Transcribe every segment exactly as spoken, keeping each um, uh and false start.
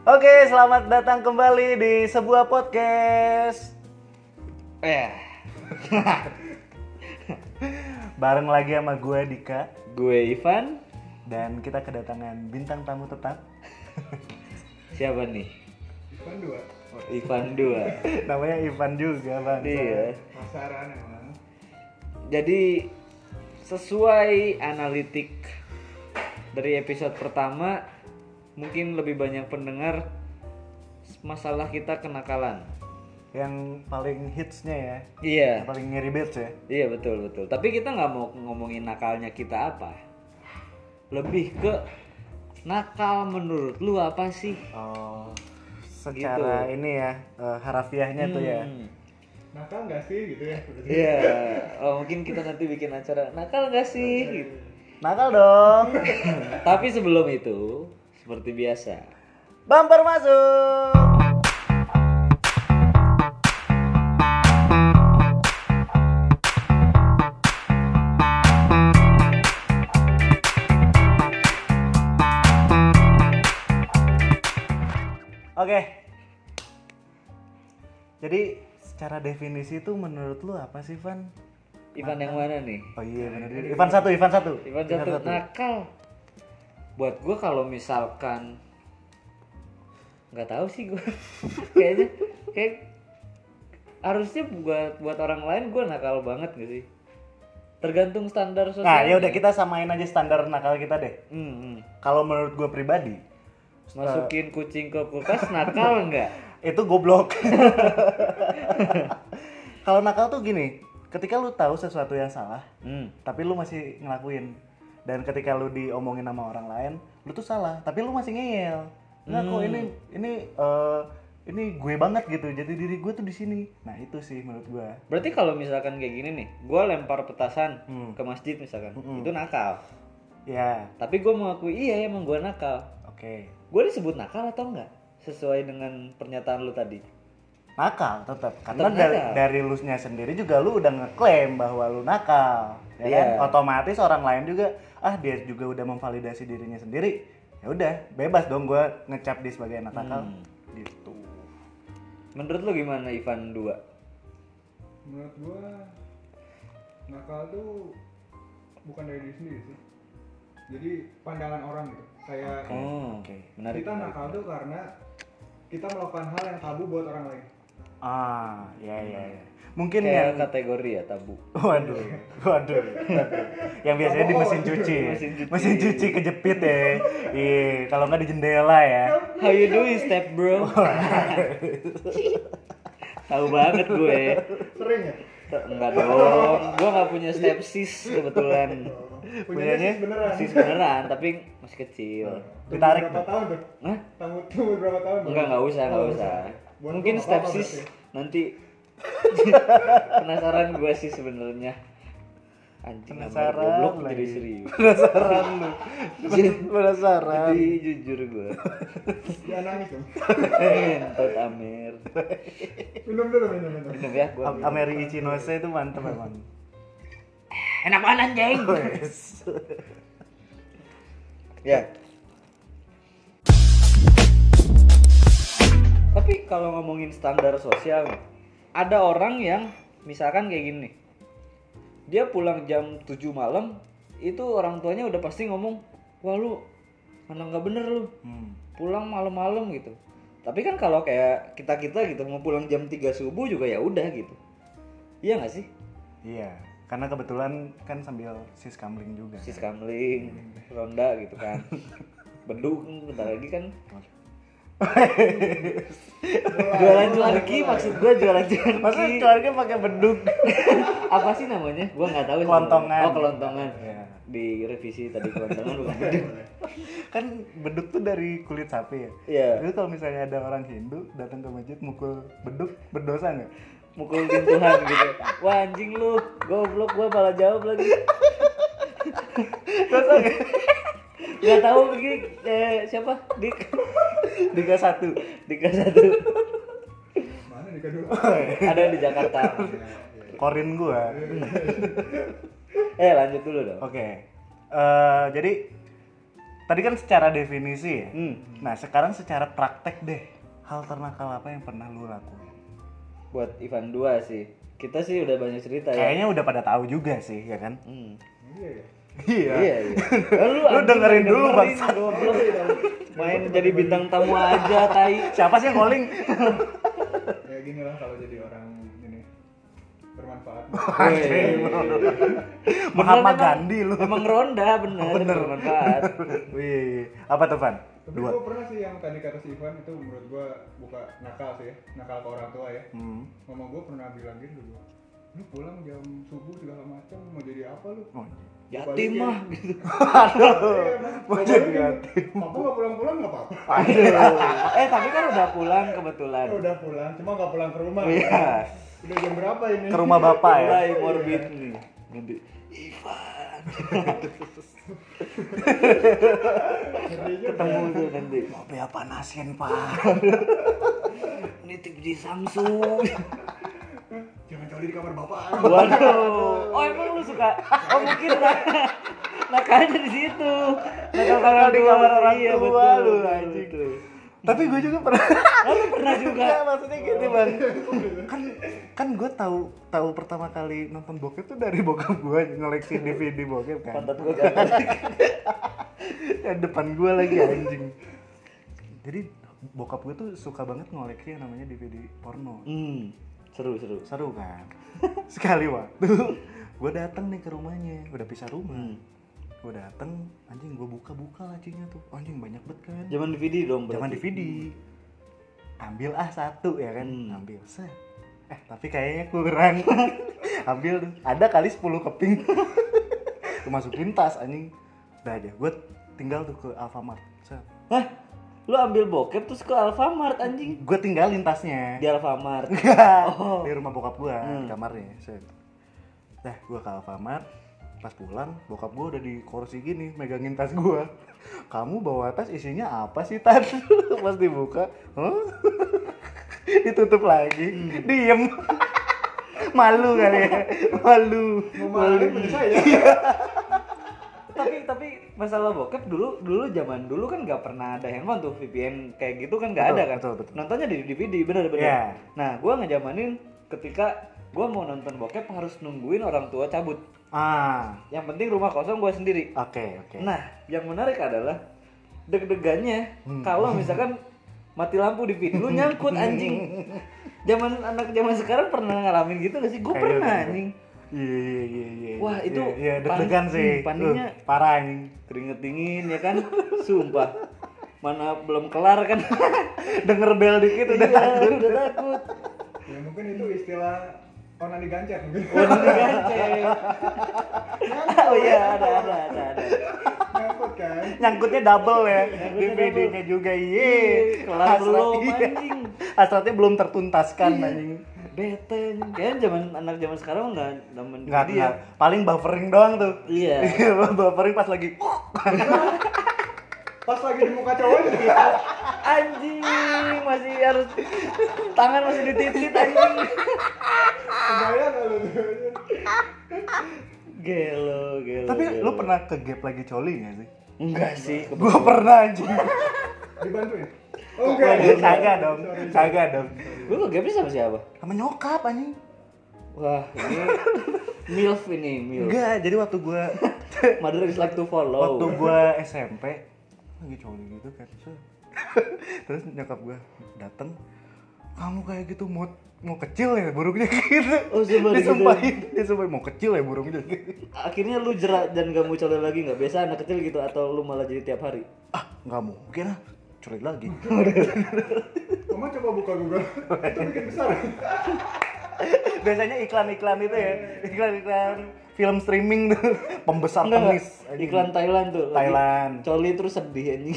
Oke, selamat datang kembali di sebuah podcast. Eh, Bareng lagi sama gue Dika gue Ivan. dan kita kedatangan bintang tamu tetap. Siapa nih? Ivan dua. Oh, Ivan dua. Namanya Ivan juga, Bang. Iya. Pasaran emang. Jadi sesuai analitik dari episode pertama, mungkin lebih banyak pendengar masalah kita kenakalan. Yang paling hitsnya ya. Iya. Yang paling ngeribet ya. Iya betul betul. Tapi kita nggak mau ngomongin nakalnya kita apa. Lebih ke nakal menurut lu apa sih? Oh, secara Gitu. ini ya, eh, harafiahnya tuh ya. Hmm. Nakal nggak sih gitu ya? Iya. Oh, mungkin kita nanti bikin acara nakal nggak sih? Gitu. Nakal dong. Tapi sebelum itu, seperti biasa. Bumper masuk. Oke. Jadi secara definisi itu menurut lu apa sih, Van? Ivan yang mana nih? Oh iya benar. Ivan satu, Ivan satu. Ivan satu nakal. Buat gue kalau misalkan nggak tahu sih gue kayaknya kayak harusnya buat buat orang lain gue nakal banget gak sih? Tergantung standar sosial. Nah, ya udah kita samain aja standar nakal kita deh. Hmm, hmm. Kalau menurut gue pribadi, Masukin kucing ke kulkas nakal nggak? itu goblok. Kalau nakal tuh gini, ketika lu tahu sesuatu yang salah, Hmm. tapi lu masih ngelakuin. Dan ketika lu diomongin sama orang lain, lu tuh salah, tapi lu masih ngeyel. Nggak kok ini ini eh, ini gue banget gitu. Jadi diri gue tuh di sini. Nah, itu sih menurut gue. Berarti kalau misalkan kayak gini nih, gue lempar petasan Hmm. ke masjid misalkan, Mm-mm. itu nakal. Ya, Tapi gue mengakui iya emang gue nakal. oke. Gue disebut nakal atau enggak? Sesuai dengan pernyataan lu tadi. Nakal tetap. Karena Tetap dari, nakal. dari lu nya sendiri juga lu udah ngeklaim bahwa lu nakal. Ya Iya. kan? Otomatis orang lain juga, ah dia juga udah memvalidasi dirinya sendiri. Ya udah, bebas dong gue ngecap dia sebagai anak nakal. Hmm. Gitu. Menurut lu gimana Ivan dua? Menurut gua nakal tuh bukan dari diri sendiri sih. Jadi pandangan orang gitu. Kayak Oh, oke. menarik. kita menarik. nakal tuh karena kita melakukan hal yang tabu buat orang lain. Ah, ya ya ya. Mungkin Kayak yang kategori ya tabu. waduh, waduh, waduh. Yang biasanya di mesin cuci, Mesin cuci. mesin cuci kejepit ya. Iya, kalau nggak di jendela ya. How you doing step bro? Tahu banget gue. Sering ya? Enggak dong, gue nggak punya step sis kebetulan. Punyanya Punyanya sis beneran. Sis beneran, tapi masih kecil. Tunggu Ditarik berapa tuh. tahun tuh? Hah? Tunggu, tunggu berapa tahun? Enggak, nggak usah, nggak Oh, usah. Buat Mungkin gua nggak step apa-apa sis berarti. nanti penasaran gue sih sebenarnya. Anjing Penasaran Amar goblok lagi. jadi serius. Penasaran lu. Penasaran. Jadi jujur gue. Jangan nangis dong. Entot Amer. Minum dulu, minum, minum. Minum ya gue. Am- Ameri Ichinose itu mantep emang. Enak banget anjing. Wes. Ya. Tapi kalau ngomongin standar sosial nih, ada orang yang misalkan kayak gini. Dia pulang jam tujuh malam, itu orang tuanya udah pasti ngomong, "Wah lu mana nggak bener lu. Hmm. Pulang malam-malam gitu." Tapi kan kalau kayak kita-kita gitu mau pulang jam tiga subuh juga ya udah gitu. Iya nggak sih? Iya, karena kebetulan kan sambil sis kamling juga. Sis kamling, ronda gitu kan. Beduk bentar lagi kan. Jualan cuanki, maksud gue jualan cuanki. Masa keluarga pakai beduk? Apa sih namanya? Gue nggak tahu. Kelontongan. Oh kelontongan. Iya. Di revisi tadi kelontongan bukan beduk. Kan beduk tuh dari kulit sapi ya. Iya. Jadi kalau misalnya ada orang Hindu datang ke masjid mukul beduk, berdosa nggak? Mukul Tuhan gitu. Wah anjing lu, goblok gue malah jawab lagi. Dosa nggak? Gak tahu begini eh, siapa? Dik. Dika satu. Dika satu. Mana Dika dulu? Ada di Jakarta. Korin gua. Eh lanjut dulu dong. Oke. Eh, jadi tadi kan secara definisi ya. Hmm. Nah, sekarang secara praktek deh. Hal ternakal apa yang pernah lu lakuin? Buat Ivan dua sih. Kita sih udah banyak cerita ya. Kayaknya udah pada tahu juga sih, ya kan? Hmm. Iya ya. Iya. Iya, iya. Lu, Lu dengerin dulu, bangsat. goblok. Main jadi bintang tamu aja, tai. Siapa sih yang calling? Ya gini lah kalau jadi orang ini bermanfaat. Woi. Mahatma Bener, Gandhi lu. Emang ronda bener, Bener. bermanfaat. Wih, apa tuh, Van? Tapi Dua. gue pernah sih yang tadi kata si Ivan itu menurut gue bukan nakal sih ya, nakal ke orang tua ya. Hmm. Mama gue pernah bilang gitu dulu, lu pulang jam subuh segala macam mau jadi apa lu? Oh, Yatim mah gitu. mau jadi yatim. Papa nggak pulang-pulang nggak apa-apa. Aduh. Eh, tapi kan udah pulang kebetulan. Udah pulang, cuma nggak pulang ke rumah. Iya. Udah jam berapa ini? Ke rumah bapak ya. Mulai morbid nih. Nanti Ivan. Ketemu tuh nanti. Mau beli apa nasin, Pak? Nitip di Samsung. Jangan coli di kamar bapak. Waduh. Oh, emang lu suka? Oh, mungkin nah, nakalnya di situ. Nakal kamar Di kamar orang iya, tua betul, lu, betul, anjing. betul. Tapi gue juga pernah. Oh, lu pernah juga? Enggak, maksudnya gitu, Bang. Kan kan gue tahu tahu pertama kali nonton bokep tuh dari bokap gue ngoleksi D V D bokep kan. Pantat gua gatal. Yang depan gue lagi anjing. Jadi bokap gue tuh suka banget ngoleksi yang namanya D V D porno. Hmm. Seru, seru. Seru kan. Sekali waktu gue datang nih ke rumahnya, udah pisah rumah. Hmm. Gue datang, anjing gue buka-buka lacinya tuh. Anjing banyak banget kan. Zaman D V D dong berarti. Zaman D V D. Ambil ah satu ya kan, Hmm. ambil set. Eh tapi kayaknya kurang. Ambil tuh. Ada kali sepuluh keping. Gue masukin tas anjing. Udah aja, gue tinggal tuh ke Alfamart. Set. Hah? Lu ambil bokep terus ke Alfamart anjing? Gue tinggalin tasnya. Di Alfamart. Enggak, Oh. di rumah bokap gue, Hmm. di kamarnya. Set. Dah, gue ke Alfamart. Pas pulang, bokap gue udah di kursi gini, megangin tas gue. Kamu bawa tas isinya apa sih, Tan? Pas dibuka, huh? Ditutup lagi, diem. Malu kali ya, malu. Malu punya saya. tapi tapi masalah bokep dulu dulu zaman dulu kan nggak pernah ada handphone tuh V P N kayak gitu kan nggak Betul, ada kan. betul, betul. Nontonnya di D V D bener-bener. Iya. Nah, gua ngejamanin ketika gua mau nonton bokep harus nungguin orang tua cabut. Ah, Yang penting rumah kosong gua sendiri. oke oke. Nah, yang menarik adalah deg-degannya Hmm. kalau misalkan mati lampu di V D lu nyangkut anjing. Zaman anak zaman sekarang pernah ngalamin gitu gak sih? Gue Kayaknya pernah udah. anjing. Iya iya iya iya. Wah, itu Iya, iya, deg-degan pan- sih. hmm, paniknya- Uh, parah anjing. Keringet dingin ya kan, sumpah. Mana belum kelar kan. Denger bel dikit udah Iya, takut. udah takut. Ya mungkin itu istilah onan digancet mungkin. Waduh diganceng. Oh iya, ada ada ada ada. Nyangkut kan. Nyangkutnya double ya. Nyangkutnya D V D-nya juga iya. Kelar belum, anjing. Hasratnya belum tertuntaskan anjing. Bete, kayaknya zaman anak zaman sekarang nggak zaman Enggak, dia. paling buffering doang tuh. Iya. Buffering pas lagi Pas lagi di muka cowoknya juga. Anjing, masih harus tangan masih dititit anjing. Kebayang gak lu tuh? Gelo, gelo. Tapi gelo. lu pernah ke gap lagi coli gak sih? Enggak sih, Gua pernah anjing. Dibantuin? Oh Waduh, kagak dong. Kagak dong. Gue ke game sama siapa? Sama nyokap anjing. Wah, ini milf ini, milf. Enggak, jadi waktu gua Mother is like to follow. waktu gua S M P lagi coli gitu kan. Set. Terus nyokap gua dateng, kamu kayak gitu mau mau kecil ya burungnya gitu. Oh, sumpah disumpahin, disumpahin mau kecil ya burungnya gitu. Akhirnya lu jerak dan gak mau coli lagi nggak? Biasa anak kecil gitu atau lu malah jadi tiap hari? Ah, nggak mungkin ah, coli lagi. Mama coba buka Google. Itu bikin besar. Biasanya iklan-iklan itu ya, iklan-iklan film streaming tuh, pembesar Enggak, penis. enggak. Iklan Thailand tuh. lagi Thailand. Coli terus sedih anjing.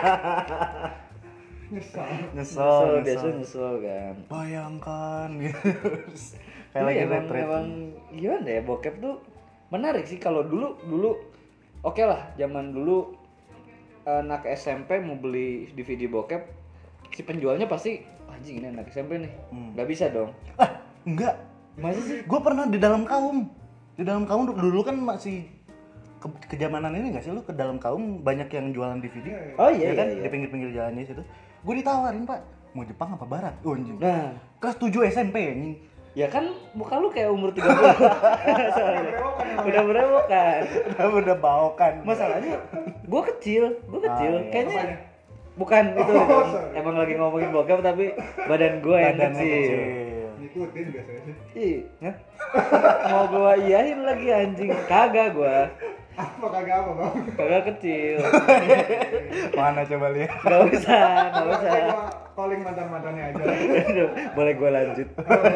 Nyesal. Nyesel, Nyesel, biasa nyesel. nyesel kan. Bayangkan gitu. Kayak Tapi lagi emang, retret. emang gimana ya, bokep tuh menarik sih. Kalau dulu dulu oke lah, zaman dulu anak S M P mau beli D V D bokep, si penjualnya pasti anjing ini anak S M P nih, Hmm. nggak bisa dong. Ah, enggak. Masa sih? Gue pernah di dalam kaum. Di dalam kaum dulu kan masih ke kejamanan ini nggak sih lu ke dalam kaum banyak yang jualan D V D? Iya, iya. Oh iya, Ya kan iya, iya. di pinggir-pinggir jalannya situ. Gue ditawarin, Pak, mau Jepang apa barat? Oh, anjing. Nah, Kelas tujuh S M P anjing. ya kan muka lu kayak umur tiga puluh. Soalnya. Udah berewokan. Udah udah baokan. Masalahnya gua kecil, gua kecil. Ah, iya. Kayaknya Apanya? bukan itu. Oh, emang, sorry. emang lagi ngomongin bokep tapi badan gua yang Badannya kecil. Ngikutin biasanya sih. Ih, hah? Mau gua iyahin lagi anjing. Kagak gua. Apa kagak apa bang? Kagak kecil. Mana coba lihat. Gak usah, gak usah. Gua calling mantan mantannya aja. Aduh, boleh gua lanjut.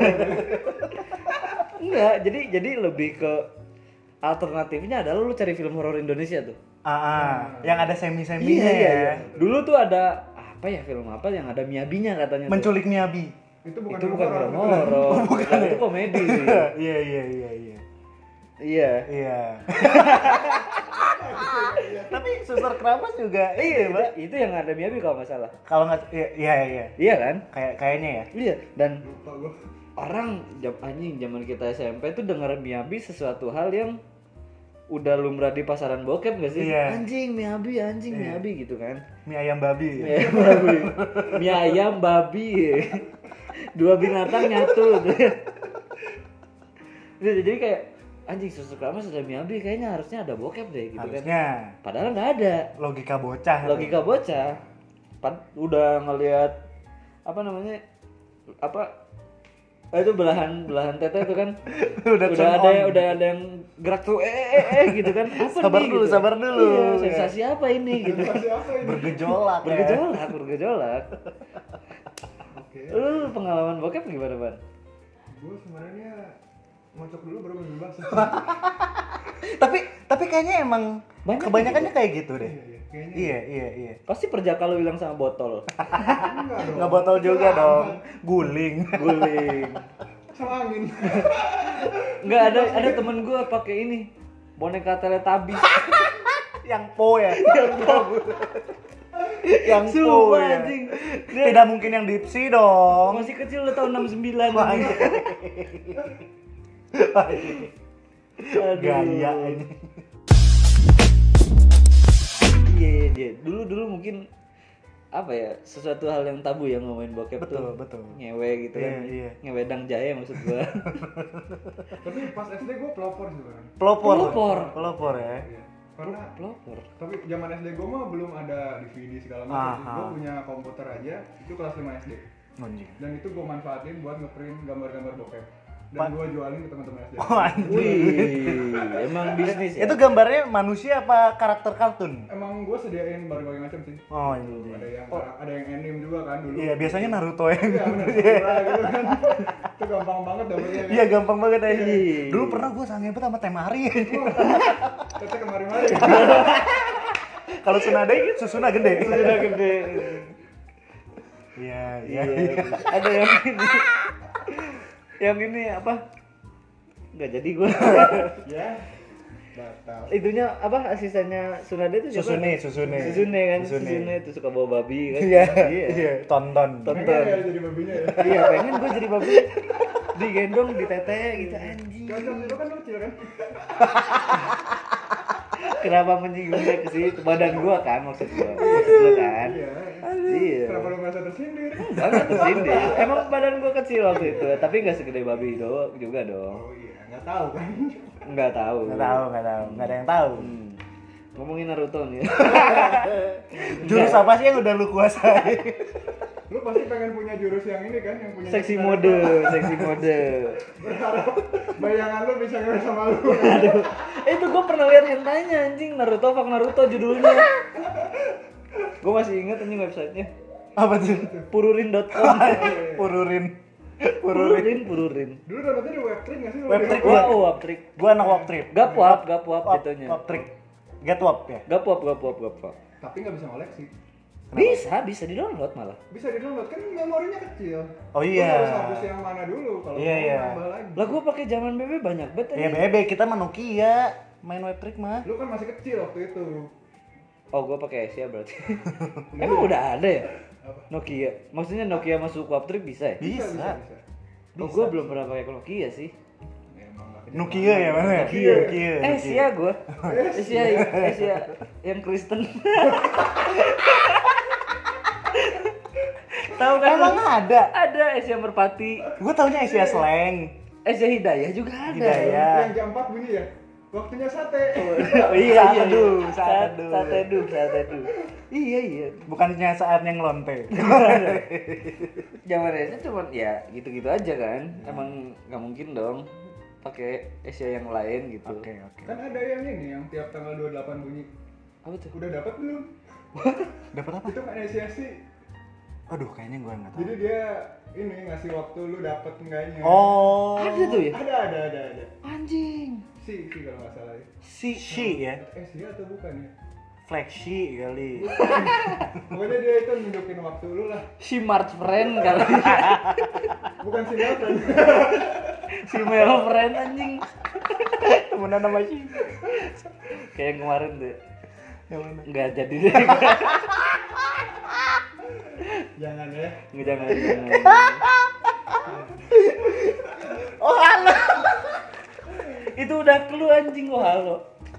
Enggak, jadi jadi lebih ke alternatifnya adalah lu cari film horor Indonesia tuh. Ah, ah, yang ada semi-seminya Iya, iya, ya. iya. Dulu tuh ada apa ya film apa yang ada Miyabinya katanya. tuh. Menculik Miyabi. Itu bukan Itu bukan film horor. horor. Bukan, itu komedi. Iya, iya, iya, iya. Iya. Iya. Tapi Suster Keramas juga iya, Mbak. Itu yang ada Miyabi kalau nggak salah. Kalau nggak iya, iya, iya. Iya kan? Kayak kayaknya ya. Iya. Dan Lupa gua. orang jam anjing zaman kita S M P tuh denger Miyabi sesuatu hal yang udah lumrah di pasaran bokep gak sih? Iya. Anjing Miyabi, anjing Iya. Miyabi gitu kan. Mie ayam babi. Mie ayam babi. Mie ayam babi. Dua binatang nyatu tuh. Jadi kayak anjing Suster Keramas sudah Miyabi kayaknya harusnya ada bokep deh gitu Harusnya. kan. Padahal nggak ada. Logika bocah. Logika bocah. Pad- udah ngelihat apa namanya? Apa eh, itu belahan belahan tete itu kan Udah udah turn ada on. udah ada yang gerak tuh eh eh eh gitu kan apa Sabar nih, dulu, gitu. sabar dulu. Iya, sensasi apa ini gitu Sensasi apa ini? Bergejolak. ya. bergejolak bergejolak Oke. lu pengalaman bokep gimana Ban? Gua sebenarnya ngocok dulu baru bebas. Tapi tapi kayaknya emang Banyak kebanyakannya kayak gitu deh. Iya, iya. Kayaknya Iya, iya, iya. Pasti perjaka lu hilang sama botol enggak dong. Nggak botol juga Sama dong. Guling. guling Sama angin. nggak ada ada temen gua pakai ini boneka Teletubbies Yang po ya. Yang po. Yang po Sumpah, ya. anjing. Dia Tidak mungkin yang dipsi dong. masih kecil udah tahun enam puluh sembilan Wah, anjing. Aduh. Gaya ini. Iya, iya, iya. Dulu dulu mungkin apa ya sesuatu hal yang tabu yang ngomongin bokep Betul, tuh betul. ngewe gitu Iya, kan iya. ngewe dang jaya maksud gua. Tapi pas S D gua pelopor sih bang. Pelopor. Pelopor. Pelopor ya. Iya. Karena Pelopor. tapi zaman S D gua mah belum ada D V D segala macam. Aha. Gua punya komputer aja itu kelas lima S D. Anjing. Dan itu gua manfaatin buat ngeprint gambar-gambar bokep. Pa- Dan gua jualin ke teman-teman S D. Oh, anjing. Wih, emang bisnis ya. Itu gambarnya manusia apa karakter kartun? Emang gua sediain berbagai macam sih. Oh, ini. Ada yang ada yang anime juga kan dulu. Iya, biasanya Naruto ya. Iya benar. Gitu kan. Itu gampang banget dapetnya. Iya, gampang banget aja. Iya. Dulu pernah gue sangebet sama Temari. Kita kemari-mari. Kalau Tsunade susuna gede. Udah gede. Iya, iya. Iya. Ada yang ini. Yang ini apa? Nggak jadi gua. Ya. Batal. Itunya apa asistennya Tsunade itu siapa? Susune, Susune. Susune kan, Susune. Susune itu suka bawa babi kan. Iya, iya. Tonton. Tonton. Pengen ya jadi babinya ya. Iya, pengen gua jadi babi. Digendong, ditete gitu anjing. Cocok itu kan lucu kan. Kenapa menyinggungnya ke situ? Badan gua kan maksud gua. Maksud lu kan? Iya. Iya. Kenapa lu merasa tersindir? Banget tersindir. Emang badan gua kecil waktu itu, tapi nggak segede babi do juga dong. Oh iya, nggak tahu kan. Nggak tahu. Nggak tahu, nggak tahu. Nggak ada yang tahu. Hmm. Ngomongin Naruto nih. Jurus apa sih yang udah lu kuasai? Lu pasti pengen punya jurus yang ini kan, yang punya Seksi cita- mode, seksi mode. Berharap bayangan lu bisa ngewe sama lu. Aduh, eh, itu gue pernah lihat hentainya anjing Naruto Fuck Naruto judulnya. Gue masih inget anjing websitenya Apa tuh? pururin dot com. Pururin. Pururin. Pururin, pururin. Dulu downloadnya di webtrick nggak sih? lu? Webtrick. Wah, oh, Waptrik. Gua anak Wap Trip. Gapwap, gapwap Wap, jatuhnya. Wap Trip. Get Wap ya. Gapwap, gapwap, gapwap. Tapi nggak bisa ngoleksi. Bisa, bisa di download malah. Bisa di download kan memorinya kecil. Oh Lu iya. harus hapus yang mana dulu kalau Iya, mau iya. nambah lagi. Lah gue pakai zaman B B banyak banget Ya anjing. bebe, kita mah Nokia. Main Web Trick mah. Lu kan masih kecil waktu itu. Oh, gue pakai Asia berarti. Emang udah ada ya? Apa? Nokia. Maksudnya Nokia masuk Waptrik bisa ya? Bisa. bisa. Oh, gue belum pernah pakai Nokia sih. Ya, emang nggak Nokia ya mana? Nokia. Nokia. Eh, Asia gue. Asia, Asia yang Kristen. Tahu kan? Emang ada? Ada Asia Merpati. Gue taunya Asia Slang. Asia Hidayah juga ada. Hidayah. Yang jam empat bunyi ya. Waktunya sate. Oh, iya, Saat iya, teduh, iya. saat Saat teduh. saat teduh, saat teduh. Iya, iya. Bukannya saatnya ngelonte. Zaman Asia cuma ya gitu-gitu aja kan. Emang nggak mungkin dong pakai Asia yang lain gitu. Oke, oke. Kan ada yang ini yang tiap tanggal dua puluh delapan bunyi. Apa tuh? Udah dapat belum? Dapat apa? Itu kan inisiasi. Aduh, kayaknya gue nggak tahu. Jadi dia ini ngasih waktu lu dapet enggaknya. Oh. Ada tuh ya? Ada ada ada ada. Anjing. Si si kalau nggak salah ya. Si si ya. Eh si atau bukan ya? Flexi kali. Pokoknya dia itu nunjukin waktu lu lah. Si March Friend kali. Bukan si Nelson. Si Mel Friend anjing. Temenan sama si. Kayak yang kemarin tuh. Yang mana? Enggak jadi deh. Jangan ya. Nggak, jangan, jangan. Oh, halo. Itu udah clue anjing. Oh halo.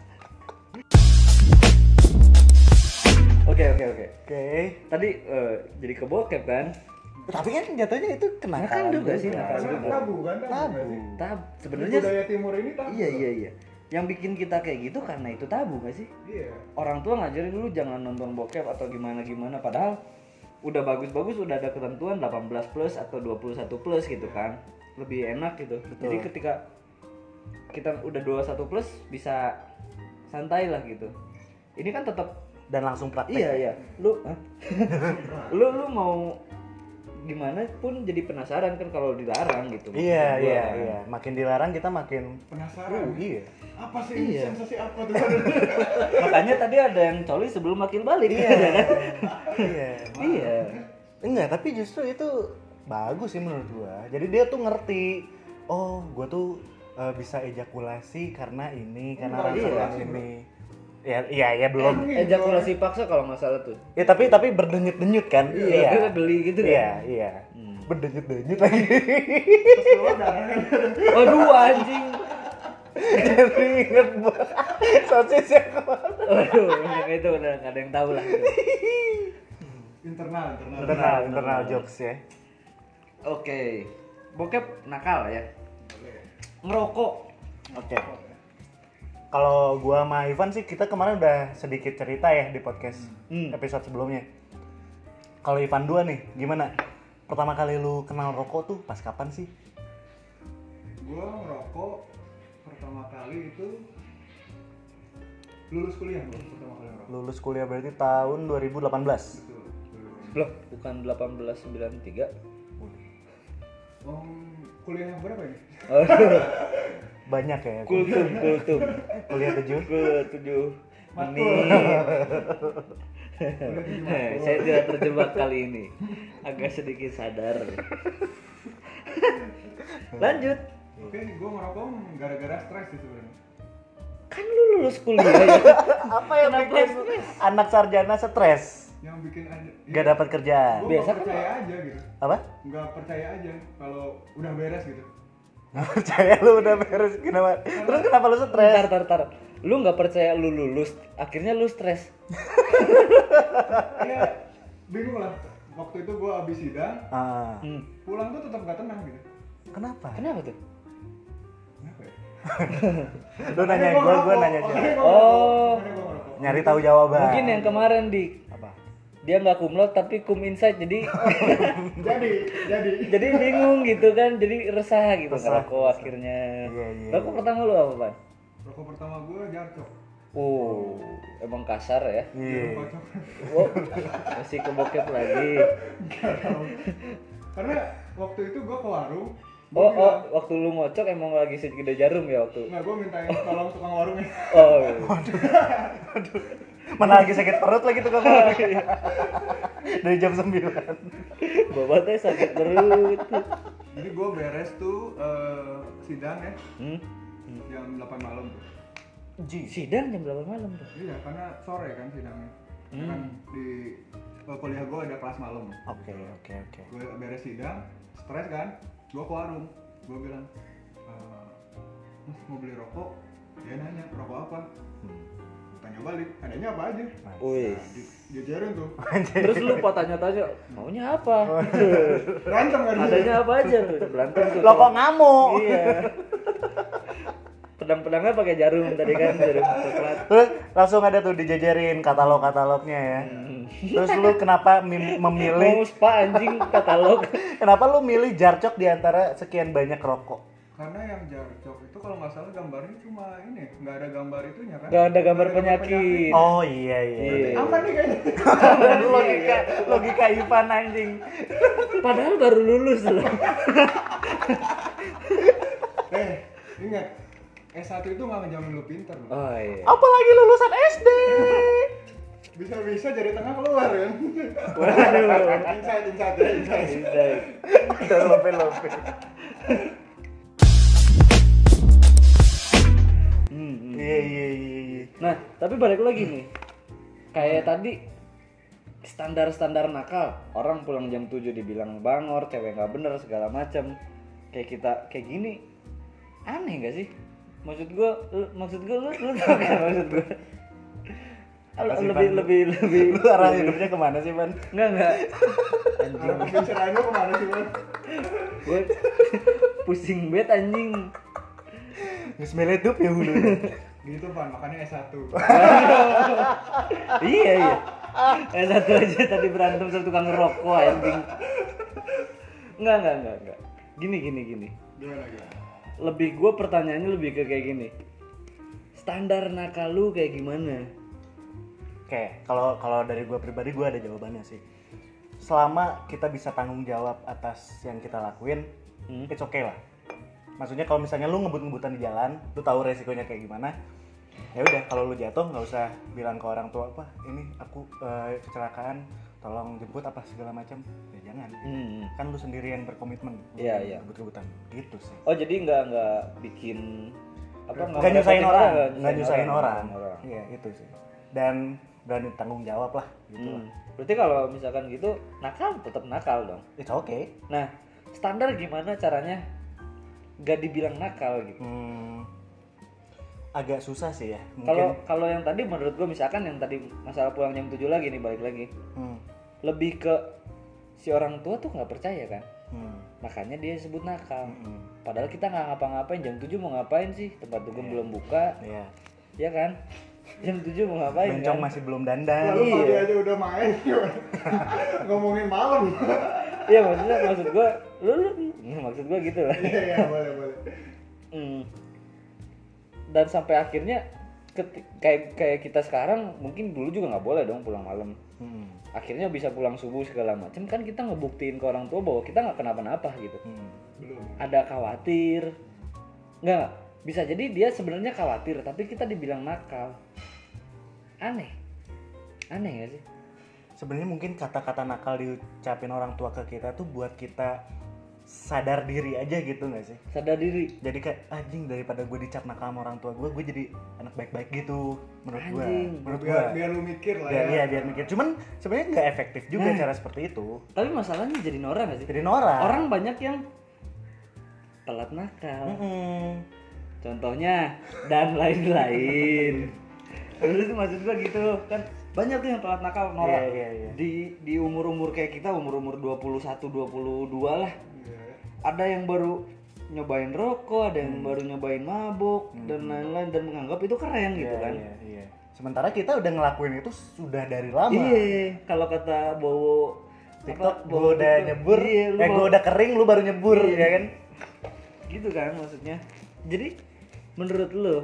Oke oke oke. Oke. Tadi eh, jadi ke bokep kan? Tapi kan jatuhnya itu Nakal kenakalan juga sih, nakal Karena juga. tabu kan tabu, Tabu. nggak sih? Tab Di sebenarnya budaya timur ini tabu. iya iya iya. Yang bikin kita kayak gitu karena itu tabu gak sih? Iya. Orang tua ngajarin dulu jangan nonton bokep atau gimana gimana, padahal udah bagus-bagus udah ada ketentuan delapan belas plus atau dua puluh satu plus gitu kan. Lebih enak gitu. Jadi ketika kita udah dua puluh satu plus bisa santai lah gitu. Ini kan tetap dan langsung praktek. iya iya. Lu hah? lu lu mau gimana pun jadi penasaran kan kalau dilarang gitu. Iya, Maksud gua iya, kan. iya. Makin dilarang kita makin Penasaran. Uh, iya. Apa sih Iya. sensasi apa tuh? Makanya tadi ada yang coli sebelum makin balik. Iya. Iya. Iya. Enggak, tapi justru itu bagus sih menurut gua. Jadi dia tuh ngerti, oh, gua tuh uh, bisa ejakulasi karena ini, karena Oh, rasa iya. ini. Ya, iya, ya belum. Eh, Ejakulasi paksa kalau nggak salah tuh. Ya tapi tapi berdenyut-denyut kan? Iya, dia beli gitu kan? Iya, iya. Hmm. Berdenyut-denyut lagi. Terus keluar darahnya. Waduh anjing. Jadi inget buat sosis yang kemarin. Waduh, yang itu udah nggak ada yang tahu lah. Gitu. Internal, internal. Internal, internal jokes ya. Oke, bokep nakal ya. Boleh. Ngerokok. Oke. Kalau gua sama Ivan sih kita kemarin udah sedikit cerita ya di podcast Hmm. episode sebelumnya. Kalau Ivan dua nih, gimana? Pertama kali lu kenal rokok tuh pas kapan sih? Gua ngerokok pertama kali itu lulus kuliah gua pertama kali ngerokok. Lulus kuliah berarti tahun dua ribu delapan belas. Betul. Loh, bukan delapan belas sembilan puluh tiga. Oh, kuliah yang berapa ini? Banyak ya. Kultum, kultum. Kuliah tujuh. Kuliah tujuh Matkul. menit. Kuliah tujuh Nah, matkul. saya tidak terjebak kali ini. Agak sedikit sadar. Lanjut. Oke, gua ngerokok gara-gara stres sih sebenarnya. Kan lu lulus kuliah ya. Apa yang Kenapa bikin stres? anak sarjana stres? Yang bikin ada Gak dapat kerjaan. Gua Biasa nggak kan, percaya aja gitu. Apa? Nggak percaya aja kalau udah beres gitu. Gak percaya lu udah beres kenapa? Terus kenapa lu stres? Tar, tar, tar. Lu nggak percaya lu lulus, akhirnya lu stres. Iya, bingung lah. Waktu itu gua abis sidang, Ah, Hmm. pulang tuh tetap gak tenang gitu. kenapa? Kenapa tuh? Kenapa ya? Lu nanya gua, gua nanya aja. Oh. Nyari tahu jawaban. Mungkin yang kemarin di apa? dia nggak kumlot tapi kum insight jadi Jadi, jadi. jadi bingung gitu kan, jadi resah gitu Resah, ngerokok resah. akhirnya. Iya, iya, Rokok iya. pertama lu apa, Pan? Rokok pertama gua jarcok. Oh, emang kasar ya. Iya. Kocok. Oh, masih ke bokep lagi. Nggak tahu. Karena waktu itu gua ke warung. gua Oh, oh, bilang, waktu lu ngocok emang lagi segede jarum ya waktu. Nah, gua mintain tolong tukang warungnya. Oh, iya. Mana lagi sakit perut lagi tuh kamu. Dari jam sembilan. Bobotnya sakit perut. Jadi gua beres tuh eh, sidang ya, Hmm? jam delapan malam tuh. Ji. Sidang jam delapan malam tuh. Iya, karena sore kan sidangnya. Hmm. Kan di eh, kuliah gua ada kelas malam. Oke, oke, oke. Gue beres sidang, stres kan, gue ke warung, gue bilang, "Eh, Mas mau beli rokok, dia nanya rokok apa? Hmm. Tanya balik, adanya apa aja? Wih. Nah, di- diajarin tuh. Terus lu mau tanya-tanya, maunya apa? Berantem kan? Adanya apa aja? Berantem tuh. Lo kok ngamuk? Iya. Pedang-pedangnya pakai jarum tadi kan, jarum coklat. Terus langsung ada tuh dijajarin katalog-katalognya ya. Terus lu kenapa mim- Mau memilih spa anjing katalog. kenapa lu milih jarcok di antara sekian banyak rokok? Karena yang jarcok itu kalau nggak salah gambarnya cuma ini, nggak ada gambar itunya kan? Gak ada gambar Nggak penyakit. Oh iya iya. Iya. Aman nih kayaknya. logika logika Ivan anjing. Padahal baru lulus loh. Eh, ingat S satu itu nggak ngejamin lu pinter loh. Oh iya. Apalagi lulusan S D. Bisa-bisa dari tengah keluar kan? Waduh. Insight, insight, ya, insight. Insight. Udah lope-lope. Hmm, hmm. Iya iya iya iya. Nah, tapi balik lagi nih. Kayak tadi standar-standar nakal, orang pulang jam tujuh dibilang bangor, cewek nggak bener segala macam. Kayak kita kayak gini aneh nggak sih? Maksud gua lu- maksud gua lu lu tau kan maksud gua? Apa sih, lebih, Pan? lebih lebih Lu arah hidupnya kemana sih, Ban? Enggak enggak. Anjing. Arah pembicaraan lu kemana sih, Bang? Gue pusing banget anjing. Nges meledup ya hulu. Gitu, Pan, makanya S satu. Iya iya. Eh satu aja tadi berantem sama tukang ngerokok anjing. Enggak enggak enggak enggak. Gini gini gini. Gimana, gimana? Lebih gue pertanyaannya lebih ke kayak gini. Standar nakal lu kayak gimana? Oke, kalau kalau dari gue pribadi gue ada jawabannya sih. Selama kita bisa tanggung jawab atas yang kita lakuin, Hmm. it's okay lah. Maksudnya kalau misalnya lu ngebut-ngebutan di jalan, lu tahu resikonya kayak gimana. Ya udah, kalau lu jatuh nggak usah bilang ke orang tua apa, ini aku eh, kecelakaan, tolong jemput apa segala macam. Ya jangan. Hmm. Kan lu sendiri yang berkomitmen. Iya, iya. Ngebut-ngebutan gitu sih. Oh jadi nggak nggak bikin apa Nggak nyusahin merepotin orang, nggak nggak nyusahin orang. orang. Iya itu sih. Dan berani tanggung jawab lah gitu. Hmm. Berarti kalau misalkan gitu nakal tetap nakal dong. It's okay. Nah standar gimana caranya gak dibilang nakal gitu? Hmm, agak susah sih ya. Kalau Mungkin. kalau yang tadi menurut gue misalkan yang tadi masalah pulang jam tujuh lagi nih balik lagi Hmm, lebih ke si orang tua tuh nggak percaya kan, hmm, makanya dia sebut nakal. hmm, Padahal kita nggak ngapa-ngapain, jam tujuh mau ngapain sih, tempat dugem Iya. belum buka, Iya. ya kan? Jam tujuh mau ngapain Bencong kan? masih belum dandan. Lalu kalau Iya. dia aja udah main, ngomongin malam. Iya maksudnya maksud gue, lu, lu maksud gue gitu lah. Iya, iya, boleh, boleh. Hmm. Dan sampai akhirnya keti- kayak kayak kita sekarang mungkin dulu juga nggak boleh dong pulang malam. Hmm, Akhirnya bisa pulang subuh segala macam kan, kita ngebuktiin ke orang tua bahwa kita nggak kenapa-napa gitu. hmm. Belum. Ada khawatir, nggak bisa jadi dia sebenarnya khawatir tapi kita dibilang nakal. Aneh, aneh nggak sih? Sebenarnya mungkin kata-kata nakal diucapin orang tua ke kita tuh buat kita sadar diri aja gitu nggak sih? Sadar diri. Jadi kayak anjing, daripada gue dicap nakal sama orang tua gue, gue jadi anak baik-baik gitu menurut gue. Anjing. Menurut gue. Biar, biar lu mikir lah Biar, ya. iya, biar mikir. Cuman sebenarnya nggak efektif juga Nah. cara seperti itu. Tapi masalahnya jadi norak nggak sih? Jadi norak. Orang banyak yang telat nakal. Mm-mm. Contohnya dan lain-lain. Terus maksud gua gitu kan, banyak tuh yang telat nakal norak. Iya, iya, iya. Di di umur-umur kayak kita, umur-umur dua puluh satu dua puluh dua lah. Iya. Ada yang baru nyobain rokok, ada Hmm. yang baru nyobain mabuk dan lain-lain dan menganggap itu keren gitu Iya, kan. Iya, iya. Sementara kita udah ngelakuin itu sudah dari lama. Iya, kalau kata Bowo TikTok apa, gue udah TikTok, nyebur, iya, lu eh gue mau- udah kering, lu baru nyebur, Iya. ya kan? gitu kan maksudnya. Jadi menurut lo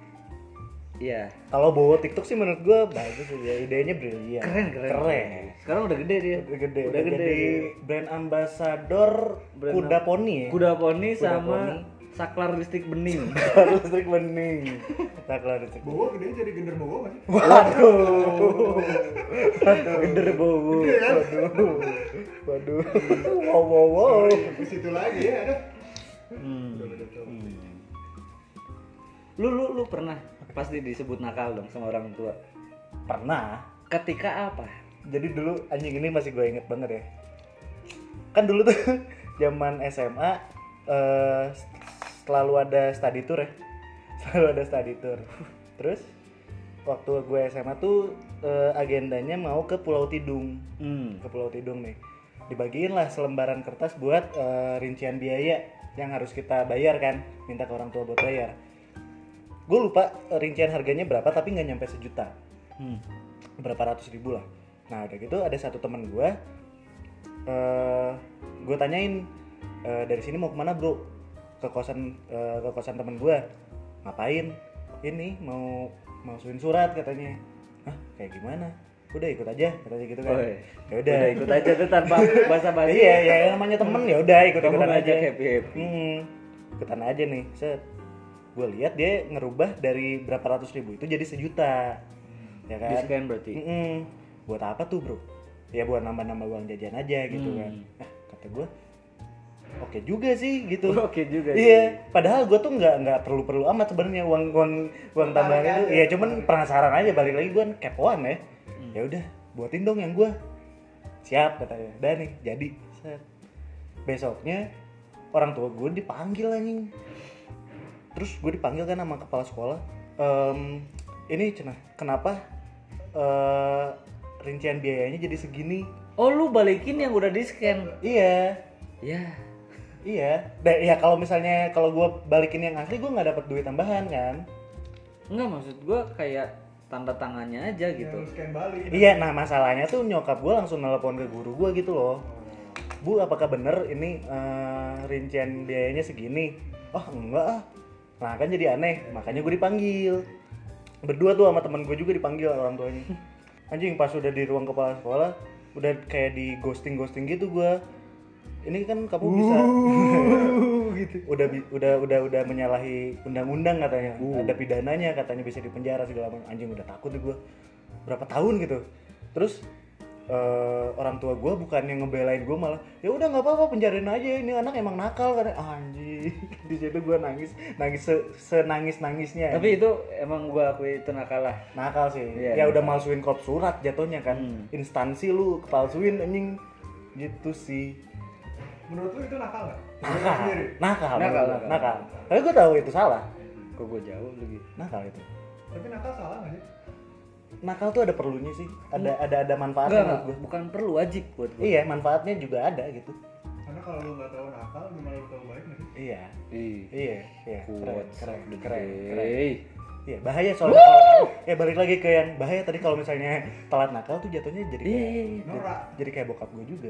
ya Kalau bawa TikTok sih menurut gue bagus ya, idenya brilian. keren keren Keren. sekarang udah gede dia Udah gede, udah gede jadi dia. brand ambassador Brand kuda am- poni ya. kuda poni Kuda sama poni. saklar listrik bening. Listrik bening. Saklar listrik. Bowo gede jadi gender bowo nggak sih? Waduh. Waduh. Geder bowo. Waduh. Waduh. Wow wow wow. Ke situ lagi ya ada. Hmm. Udah, udah, udah. Lu lu lu pernah pasti disebut nakal dong sama orang tua. Pernah. Ketika apa? Jadi dulu anjing ini masih gue inget banget ya. Kan dulu tuh zaman S M A eh, selalu ada study tour ya. selalu ada study tour. Terus waktu gue S M A tuh eh, agendanya mau ke Pulau Tidung. Hmm. Ke Pulau Tidung nih. Dibagiin lah selembaran kertas buat eh, rincian biaya yang harus kita bayar kan, minta ke orang tua buat bayar. Gue lupa eh, rincian harganya berapa tapi nggak nyampe sejuta. Hmm. Berapa ratus ribu lah. Nah udah gitu ada satu teman gue, uh, gue tanyain e, dari sini mau kemana bro? Ke kosan uh, ke kosan teman gue. Ngapain? Ini mau masukin surat katanya. Hah kayak gimana? Udah ikut aja katanya gitu kan. Ya udah ikut aja tuh tanpa basa-basi. Iya ya namanya temen ya udah ikut ikutan aja. Happy happy. Hmm, ikutan aja nih. Set. Gue lihat dia ngerubah dari berapa ratus ribu itu jadi sejuta. Ya kan? Discount berarti. Mm-mm. Buat apa tuh bro? Ya buat nambah-nambah uang jajan aja gitu hmm. kan. Eh kata gue, oke juga sih gitu. Oke juga. Iya. Padahal gue tuh nggak nggak perlu-perlu amat sebenarnya uang uang uang tambahan itu. Iya cuman penasaran aja balik lagi gue kan kepoan ya. Hmm. Ya udah buatin dong yang gue. Siap katanya. Udah nih jadi. Set. Besoknya orang tua gue dipanggil anjing. Terus gue dipanggil kan sama kepala sekolah. Um, ini cenah kenapa? Uh, rincian biayanya jadi segini. Oh lu balikin yang udah di scan? Iya. Ya. Iya. Da, ya kalau misalnya kalau gue balikin yang asli gue nggak dapat duit tambahan kan? Enggak maksud gue kayak tanda tangannya aja gitu. Ya, scan balik. Iya. Nah masalahnya tuh nyokap gue langsung nelpon ke guru gue gitu loh. Bu apakah bener ini uh, rincian biayanya segini? Oh enggak ah. Nah kan jadi aneh. Makanya gue dipanggil. Berdua tuh sama temen gue juga dipanggil orang tuanya. Anjing pas udah di ruang kepala sekolah udah kayak di ghosting ghosting gitu gue. Ini kan kamu bisa uh, gitu. udah udah udah udah menyalahi undang-undang katanya. Uh. Ada pidananya katanya bisa dipenjara segala macam. Anjing udah takut deh gue. Berapa tahun gitu. Terus uh, orang tua gue bukan yang ngebelain gue malah ya udah nggak apa-apa penjarain aja ini anak emang nakal kan. Anjing di situ gue nangis nangis se- senangis nangisnya. Tapi itu emang gue akui itu nakal lah. Nakal sih. Yeah, ya udah nakal. malsuin kop surat jatuhnya kan. Hmm. Instansi lu kepalsuin anjing gitu sih. Menurut lu itu nakal nggak? Nakal. Nakal. Nakal. Nakal. nakal. Tapi gue tahu itu salah. Kok gue jauh lagi. Nakal itu. Tapi nakal salah nggak sih? Nakal tuh ada perlunya sih. Ada hmm. ada ada manfaatnya menurut gue. Bukan perlu wajib buat gue. Iya, manfaatnya juga ada gitu. Karena kalau lu nggak tahu nakal, gimana lu tahu baik nggak sih? Iya. Ih. Iya. Iya. Keren. Keren. Keren. Keren. Keren. Iya, bahaya soalnya kalau ya balik lagi ke yang bahaya tadi kalau misalnya telat nakal tuh jatuhnya jadi kayak Norak. Jadi kayak bokap gue juga.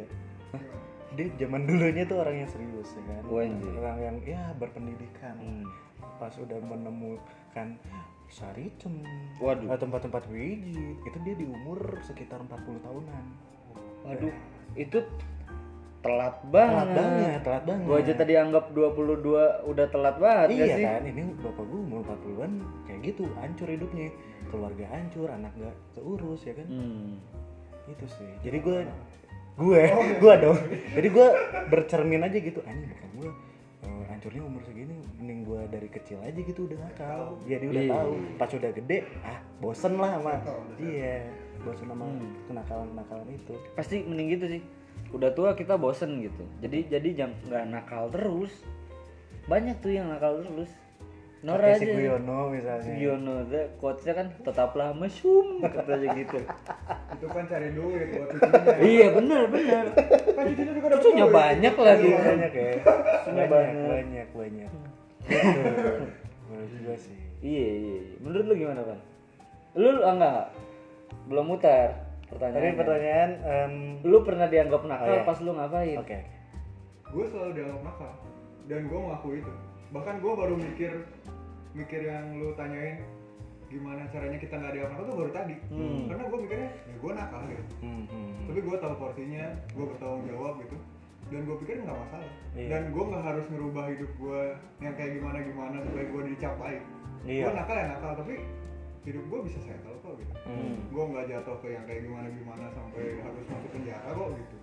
Dia zaman dulunya tuh orang yang serius ya kan. Wanji. Orang yang ya berpendidikan. Hmm. Pas udah menemukan saritem, waduh, tempat-tempat pijit, itu dia di umur sekitar empat puluh tahunan. Waduh, ya. Itu telat banget. Telat banget, telat banget. Gua aja tadi anggap dua puluh dua udah telat banget. Iya sih? kan, ini bapak gue umur empat puluhan kayak gitu, hancur hidupnya. Keluarga hancur, anak gak keurus ya kan. Hmm. Itu sih. Jadi gue gue gue dong. Jadi gue bercermin aja gitu, anjing bukan gue. Uh, hancurnya umur segini, mending gue dari kecil aja gitu udah nakal. Jadi udah Iyi. tahu. Pas udah gede, ah bosen lah sama. Iya, bosen sama hmm. kenakalan-kenakalan itu. Pasti mending gitu sih. Udah tua kita bosen gitu. Jadi jadi jam nggak nakal terus. Banyak tuh yang nakal terus. Nora si aja. Guyono misalnya. Guyono, quotes-nya kan tetaplah mesum katanya gitu. Itu kan cari duit buat cucunya. Iya benar benar. Kan cucunya juga dapat Cucunya duit. banyak lagi. Banyak ya. Cucunya banyak, banyak. banyak, banyak. Gitu. Menurut gue sih. Iya iya. Menurut lu gimana kan? Lu ah, enggak belum mutar pertanyaan. Tadi pertanyaan. Um... Lu pernah dianggap nakal oh, iya. pas lu ngapain? Oke. Okay. Gue selalu dianggap nakal dan gue ngaku itu. Bahkan gue baru mikir mikir yang lu tanyain gimana caranya kita nggak dianggap nakal tuh baru tadi. Hmm. Karena gue mikirnya ya gue nakal gitu. Hmm, hmm. Tapi gue tahu porsinya, gue bertanggung jawab gitu. Dan gue pikir nggak masalah. Iya. Dan gue nggak harus ngerubah hidup gue yang kayak gimana gimana supaya gue dicapai. Iya. Gue nakal ya nakal tapi hidup gue bisa settle kok gitu. Hmm. Gue nggak jatuh ke yang kayak gimana gimana sampai harus masuk penjara kok gitu.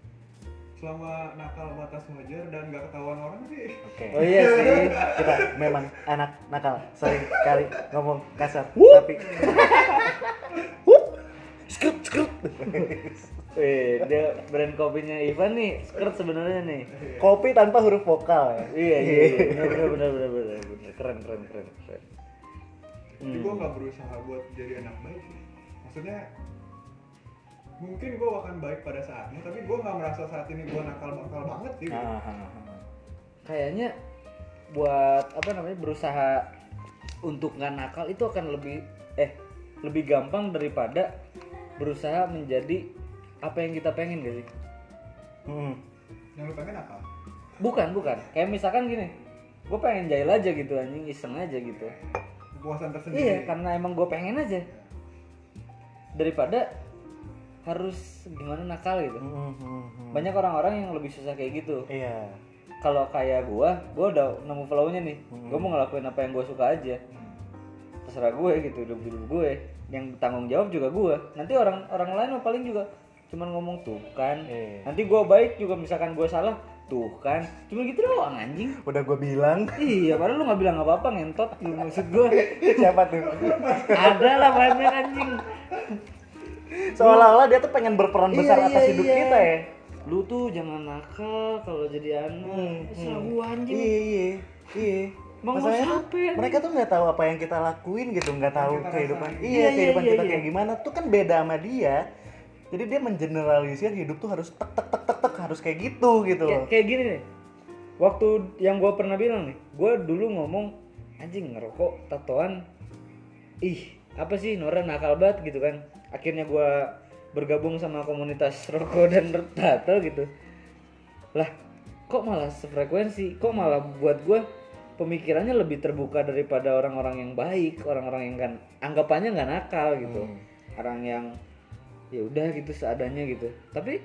Selama nakal batas wajar dan nggak ketahuan orang sih. Oke. Okay. Oh iya sih. Kita memang anak nakal, sering kali ngomong kasar, Wuh. tapi skrut skrut. Eh, dia brand kopinya Ivan nih, skirt sebenarnya nih. Kopi tanpa huruf vokal ya. Iya iya. Benar benar benar benar benar. Keren keren keren keren. Jadi Hmm. gue nggak berusaha buat jadi anak baik sih. Maksudnya mungkin gue akan baik pada saatnya, tapi gue nggak merasa saat ini gue nakal-nakal banget sih. Gitu. Ah, ah, ah. Kayaknya buat apa namanya berusaha untuk nggak nakal itu akan lebih eh lebih gampang daripada berusaha menjadi apa yang kita pengen gak sih? Hmm. Yang lu pengen nakal? Bukan, bukan. Kayak misalkan gini, gue pengen jahil aja gitu anjing, iseng aja gitu. Kepuasan tersendiri. Iya, karena emang gue pengen aja. Daripada harus gimana nakal gitu. Hmm, hmm, hmm. Banyak orang-orang yang lebih susah kayak gitu. Iya. Kalau kayak gue, gue udah nemu flow-nya nih. Hmm. Gue mau ngelakuin apa yang gue suka aja. Terserah gue gitu, hidup hidup gue. Yang tanggung jawab juga gue. Nanti orang orang lain mah paling juga cuman ngomong tuh kan. Iya. Nanti gue baik juga misalkan gue salah, tuh kan. Cuma gitu doang anjing. Udah gue bilang. Iya, padahal lu nggak bilang apa-apa ngentot gitu maksud gue. Siapa tuh? Ada lah banyak anjing. Seolah-olah dia tuh pengen berperan besar Iya, atas iya, hidup iya. kita ya. Lu tuh jangan nakal kalau jadi anak. Salah gua anjing. Iya, iya, iya. Mau Masalahnya tuh, sampai, anjing. mereka tuh nggak tahu apa yang kita lakuin gitu, nggak tahu kita kehidupan. rasain. Iya, Iya, iya, kehidupan iya, kita iya. kayak gimana tuh kan beda sama dia. Jadi dia mengeneralisir hidup tuh harus tek tek tek tek tek harus kayak gitu gitu Kayak, loh. kayak gini nih. Waktu yang gua pernah bilang nih, gua dulu ngomong anjing ngerokok tatoan. Ih, apa sih Nora nakal banget gitu kan. Akhirnya gua bergabung sama komunitas rokok dan tato gitu. Lah, kok malah sefrekuensi? Kok malah buat gua pemikirannya lebih terbuka daripada orang-orang yang baik, orang-orang yang kan anggapannya nggak nakal gitu. Hmm. Orang yang ya udah gitu seadanya gitu. Tapi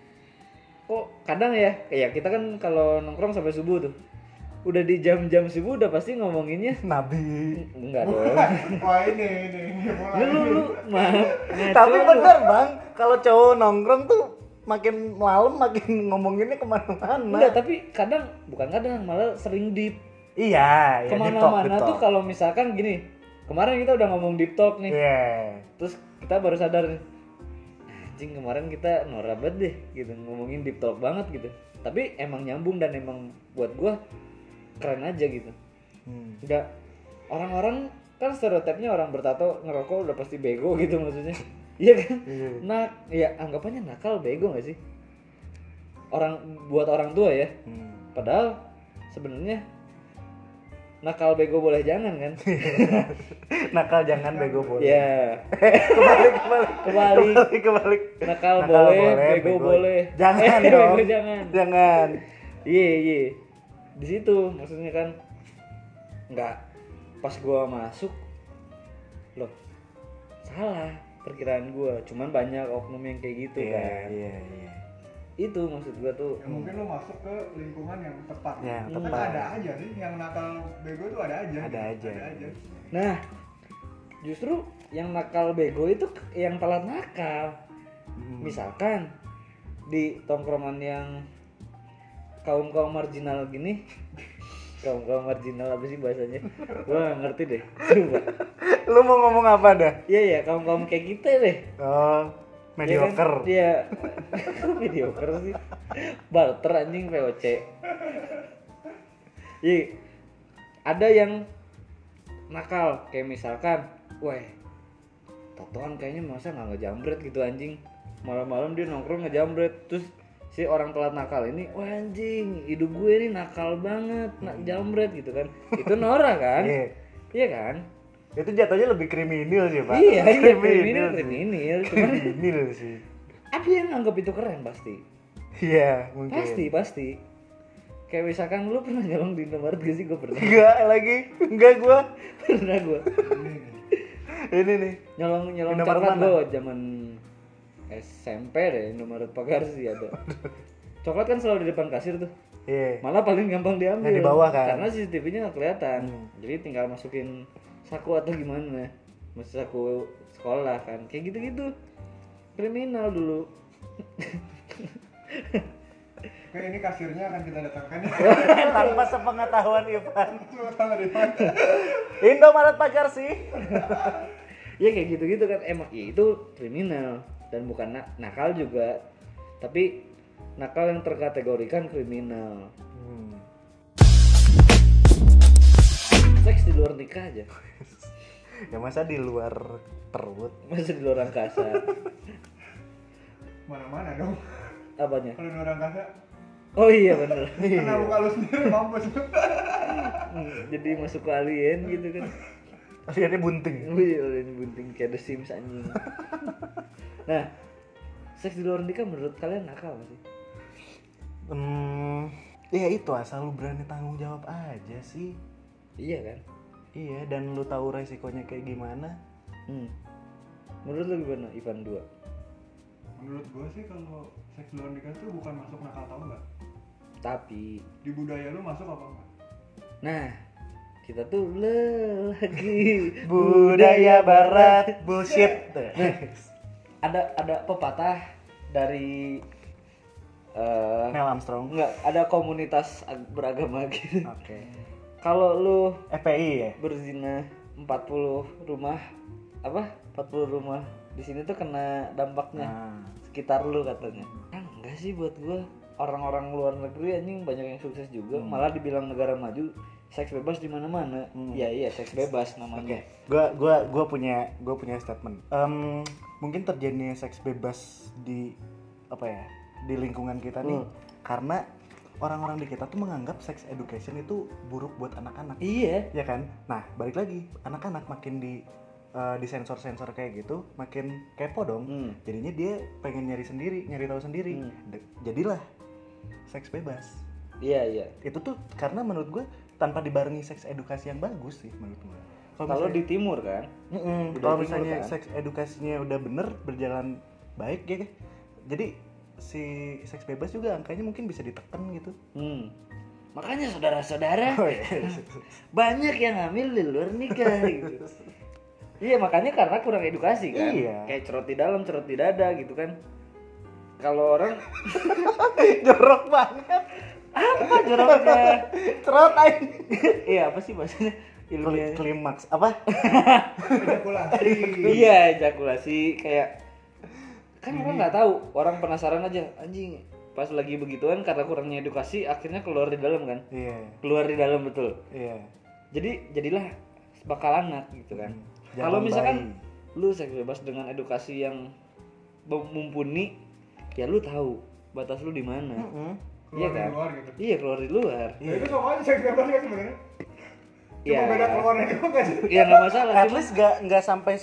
kok kadang ya, kayak kita kan kalau nongkrong sampai subuh tuh. Udah di jam-jam subuh udah pasti ngomonginnya Nabi. enggak dong. Wah ini ini ini mulai. Lu lu lu maaf. Tapi bener bang, kalau cowok nongkrong tuh makin malam makin ngomonginnya kemana-mana. Enggak, tapi kadang bukan kadang malah sering deep. Iya, ya, deep talk, deep Kemana-mana talk. tuh kalau misalkan gini. Kemarin kita udah ngomong deep talk nih. Iya. Terus kita baru sadar nih. Anjing kemarin kita norak banget deh gitu ngomongin deep talk banget gitu. Tapi emang nyambung dan emang buat gua keren aja gitu. Hmm. Enggak orang-orang kan stereotipnya orang bertato ngerokok udah pasti bego gitu maksudnya. Iya kan? Iya. Nak, ya anggapannya nakal bego gak sih? Orang buat orang tua ya. Hmm. Padahal sebenarnya nakal bego boleh jangan kan? Nakal jangan bego boleh. Ya. kebalik kebalik Kebalik. kebalik kebalik. Nakal, boleh, bego boleh. Jangan Eh, dong. bego jangan. Jangan. Iya, iya. Di situ maksudnya kan enggak pas gua masuk loh. Salah perkiraan gua, cuman banyak oknum yang kayak gitu Iya, kan. iya, iya. Itu maksud gua tuh. Ya, mungkin lu masuk ke lingkungan yang tepat. Ya, Kan tepat. ada aja sih yang nakal bego itu ada aja. Ada gitu. aja. Ada aja. Nah, justru yang nakal bego itu yang telat nakal. Hmm. Misalkan di tongkrongan yang kaum-kaum marginal gini, kaum-kaum marginal apa sih bahasanya? Gua gak ngerti deh. Coba. Lu mau ngomong apa dah? Iya ya, kaum-kaum kayak kita deh. Oh, mediocre. Iya. Kan? Mediocre sih. Barter anjing P O C. Iya. Ada yang nakal kayak misalkan, weh, tatoan kayaknya masa nggak ngejambret gitu anjing. Malam-malam dia nongkrong ngejambret, terus si orang telat nakal ini, wah anjing, hidup gue ini nakal banget, nak jambret gitu kan. Itu norak kan? Iya. Iya kan? Itu jatuhnya lebih kriminal sih, Pak. Iya, iya, kriminal, sih. kriminal. Cuman Kriminal sih. ada yang anggap itu keren pasti. Iya, mungkin. Pasti, pasti. Kayak misalkan lu pernah nyolong di Indomaret gak sih? Gue pernah. Enggak lagi. Enggak gua. Pernah gue. Ini nih. Nyolong nyolong Indomaret coklat mana? gue zaman S M P deh, Indomaret Pagar sih ada. Coklat kan selalu di depan kasir tuh. Iya. Malah paling gampang diambil. Yang di bawah kan? Karena C C T V-nya nggak kelihatan. Hmm. Jadi tinggal masukin saku atau gimana. Masuk saku sekolah kan. Kayak gitu-gitu. Kriminal dulu. Oke, ini kasirnya akan kita datangkan ya. Tanpa sepengetahuan Ivan. Lu tahu dari mana? Indomaret Pagar sih. Ya kayak gitu-gitu kan. Emang ya itu kriminal. Dan bukan na- nakal juga. Tapi nakal yang terkategorikan kriminal. Hmm. Seks di luar nikah aja. Ya masa di luar perut? Masih di luar angkasa. Mana-mana dong. Apanya? Kalau di luar angkasa, Oh iya bener. kena muka lu sendiri mampus. Hmm, Jadi masuk ke alien gitu kan. Aliannya bunting. Wih, alien bunting kayak The Sims anjing. Nah, seks di luar nikah menurut kalian nakal gak sih? Hmm, ya itu asal lu berani tanggung jawab aja sih. Iya kan? Iya, dan lu tahu resikonya kayak gimana. Hmm. Menurut lu gimana Ivan dua? Menurut gua sih kalau seks di luar nikah tuh bukan masuk nakal, tau nggak? Tapi, Di budaya lu masuk apa enggak? nah kita tuh le- lagi Budaya barat bullshit. ada ada pepatah dari eh Neil Armstrong. enggak ada komunitas ag- beragama gitu. Oke. Kalau lu F P I ya? berzina empat puluh rumah apa? empat puluh rumah di sini tuh kena dampaknya Nah, sekitar lu katanya. Kan enggak sih buat gua. Orang-orang luar negeri anjing banyak yang sukses juga, Hmm. malah dibilang negara maju, seks bebas di mana-mana. Hmm. Iya iya, seks bebas namanya. gua gua gua punya gua punya statement. Em, mungkin terjadinya seks bebas di apa ya? Di lingkungan kita nih Hmm. karena orang-orang di kita tuh menganggap sex education itu buruk buat anak-anak. Iya. Ya kan? Nah, balik lagi, anak-anak makin di uh, di sensor-sensor kayak gitu, makin kepo dong. Hmm. Jadinya dia pengen nyari sendiri, nyari tahu sendiri. Hmm. De- jadilah seks bebas. Iya iya. Itu tuh karena menurut gue tanpa dibarengi seks edukasi yang bagus sih menurut gue. Kalau di timur kan, Mm-mm, di kalau timur misalnya kan. seks edukasinya udah bener, berjalan baik ya, jadi si seks bebas juga angkanya mungkin bisa ditekan gitu. hmm. makanya saudara-saudara Oh, iya. banyak yang hamil di luar nikah gitu. Iya makanya karena kurang edukasi kan. Iya. Kayak cerot di dalam, cerot di dada gitu kan. Kalau orang Jorok banget. apa joroknya? Cerot aja. Iya apa sih bahasanya? Ilmunya. Klimaks apa? Ejakulasi. Iya ejakulasi kayak kan orang nggak tahu, orang penasaran aja anjing pas lagi begituan karena kurangnya edukasi akhirnya keluar di dalam kan, Iya, keluar di dalam betul. iya. Jadi jadilah bakal anak gitu kan. Hmm, Kalau jangan misalkan bayi. lu seks bebas dengan edukasi yang mumpuni, ya lu tahu batas lu di mana. Mm-mm. Iya Keluar kan? di luar gitu. Iya keluar di luar. Ya itu sama aja seks bebas kan sebenarnya. Cuma Iya. beda keluarnya doang kan sih. Iya nggak masalah. At Cuma least nggak nggak sampai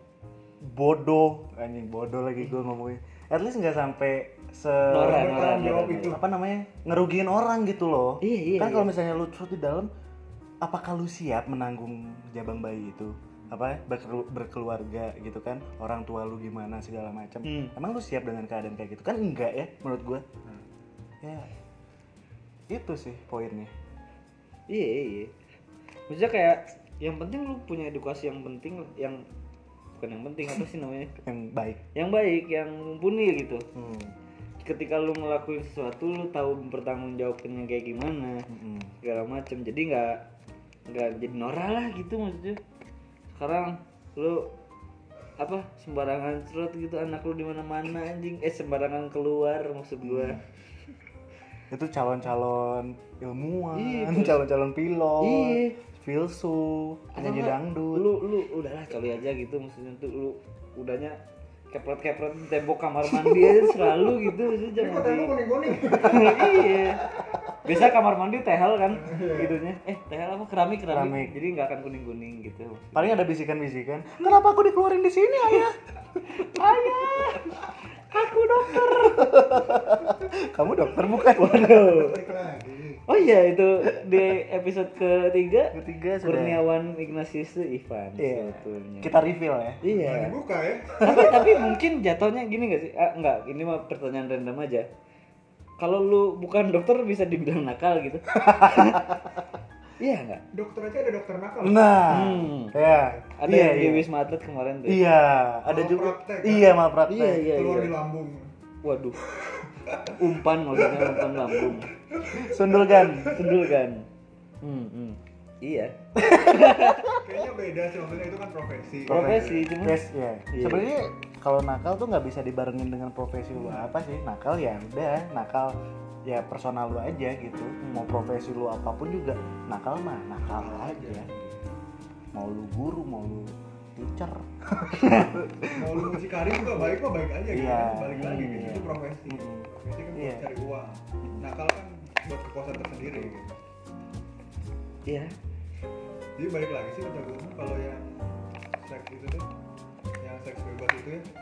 sebodoh anjing bodoh lagi gue ngomongin. At least nggak sampai se Norak, norak, Bertanggung jawab norak. itu. apa namanya ngerugiin orang gitu loh. Iya, iya, kan iya. kalau misalnya lu terus di dalam, apakah lu siap menanggung jabang bayi itu? Apa berkelu- berkeluarga gitu kan, orang tua lu gimana segala macam. Hmm. Emang lu siap dengan keadaan kayak gitu kan? Enggak ya menurut gue. Ya itu sih poinnya. Iya iya. Maksudnya kayak yang penting lu punya edukasi yang penting, yang bukan yang penting apa sih namanya? Yang baik. Yang baik, yang mumpuni gitu. Hmm. Ketika lu ngelakuin sesuatu lu tahu mempertanggungjawabkannya kayak gimana Mm-mm. segala macam, jadi nggak nggak jadi norak lah gitu maksudnya. Sekarang lu apa sembarangan cerot gitu anak lu di mana-mana anjing, eh sembarangan keluar maksud gua. Itu calon-calon ilmuwan, Iya, calon-calon pilot, Iya. filsuf, Atau penyanyi nggak, dangdut. lu lu udahlah kali aja gitu maksudnya tuh lu udahnya keprot-keprot di tembok kamar mandi aja selalu gitu maksudnya Ini jangan kok di tembok kuning-kuning. iya biasa kamar mandi tehel kan gitunya eh tehel apa keramik keramik, Keramik. jadi nggak akan kuning kuning gitu. Paling ada bisikan-bisikan, kenapa aku dikeluarin di sini ayah? Ayah aku dokter. Kamu dokter bukan? Waduh. Balik lagi. Oh iya itu di episode ketiga Ketiga sudah. Kurniawan Ignatius itu Ivan Iya. sebetulnya. Kita reveal ya. Iya. Nah, dibuka ya. tapi tapi mungkin jatuhnya gini gak sih? Ah, enggak, ini mah pertanyaan random aja. Kalau lu bukan dokter bisa dibilang nakal gitu. Iya enggak? Dokter aja ada dokter nakal. Nah, Hmm. ya. Ada iya, yang di iya. Wisma Atlet kemarin tuh. Iya, ada juga. Malpraktek, kan? Iya, malpraktek. Iya, iya. Keluar di lambung. Waduh. Umpan maksudnya umpan lambung. Sundulkan. Sendul kan. Hmm, hmm. Iya. Kayaknya beda sih, maksudnya itu kan profesi. Profesi cuma. Yes, ya. Iya. Sebenarnya kalau nakal tuh nggak bisa dibarengin dengan profesi lu apa sih. Nakal ya udah, nakal ya personal lu aja gitu. Mau profesi lu apapun juga nakal mah nakal aja. mau lu guru, mau lu teacher. Mau lu mucikari juga baik kok baik aja gitu Iya. kan, balik lagi gitu, Iya. itu profesi. Mm. Profesi kan buat Iya. cari uang. Nakal kan buat kepuasan tersendiri gitu. Iya. Jadi balik lagi sih kata gue kalau yang seks itu tuh, yang seks bebas itu ya.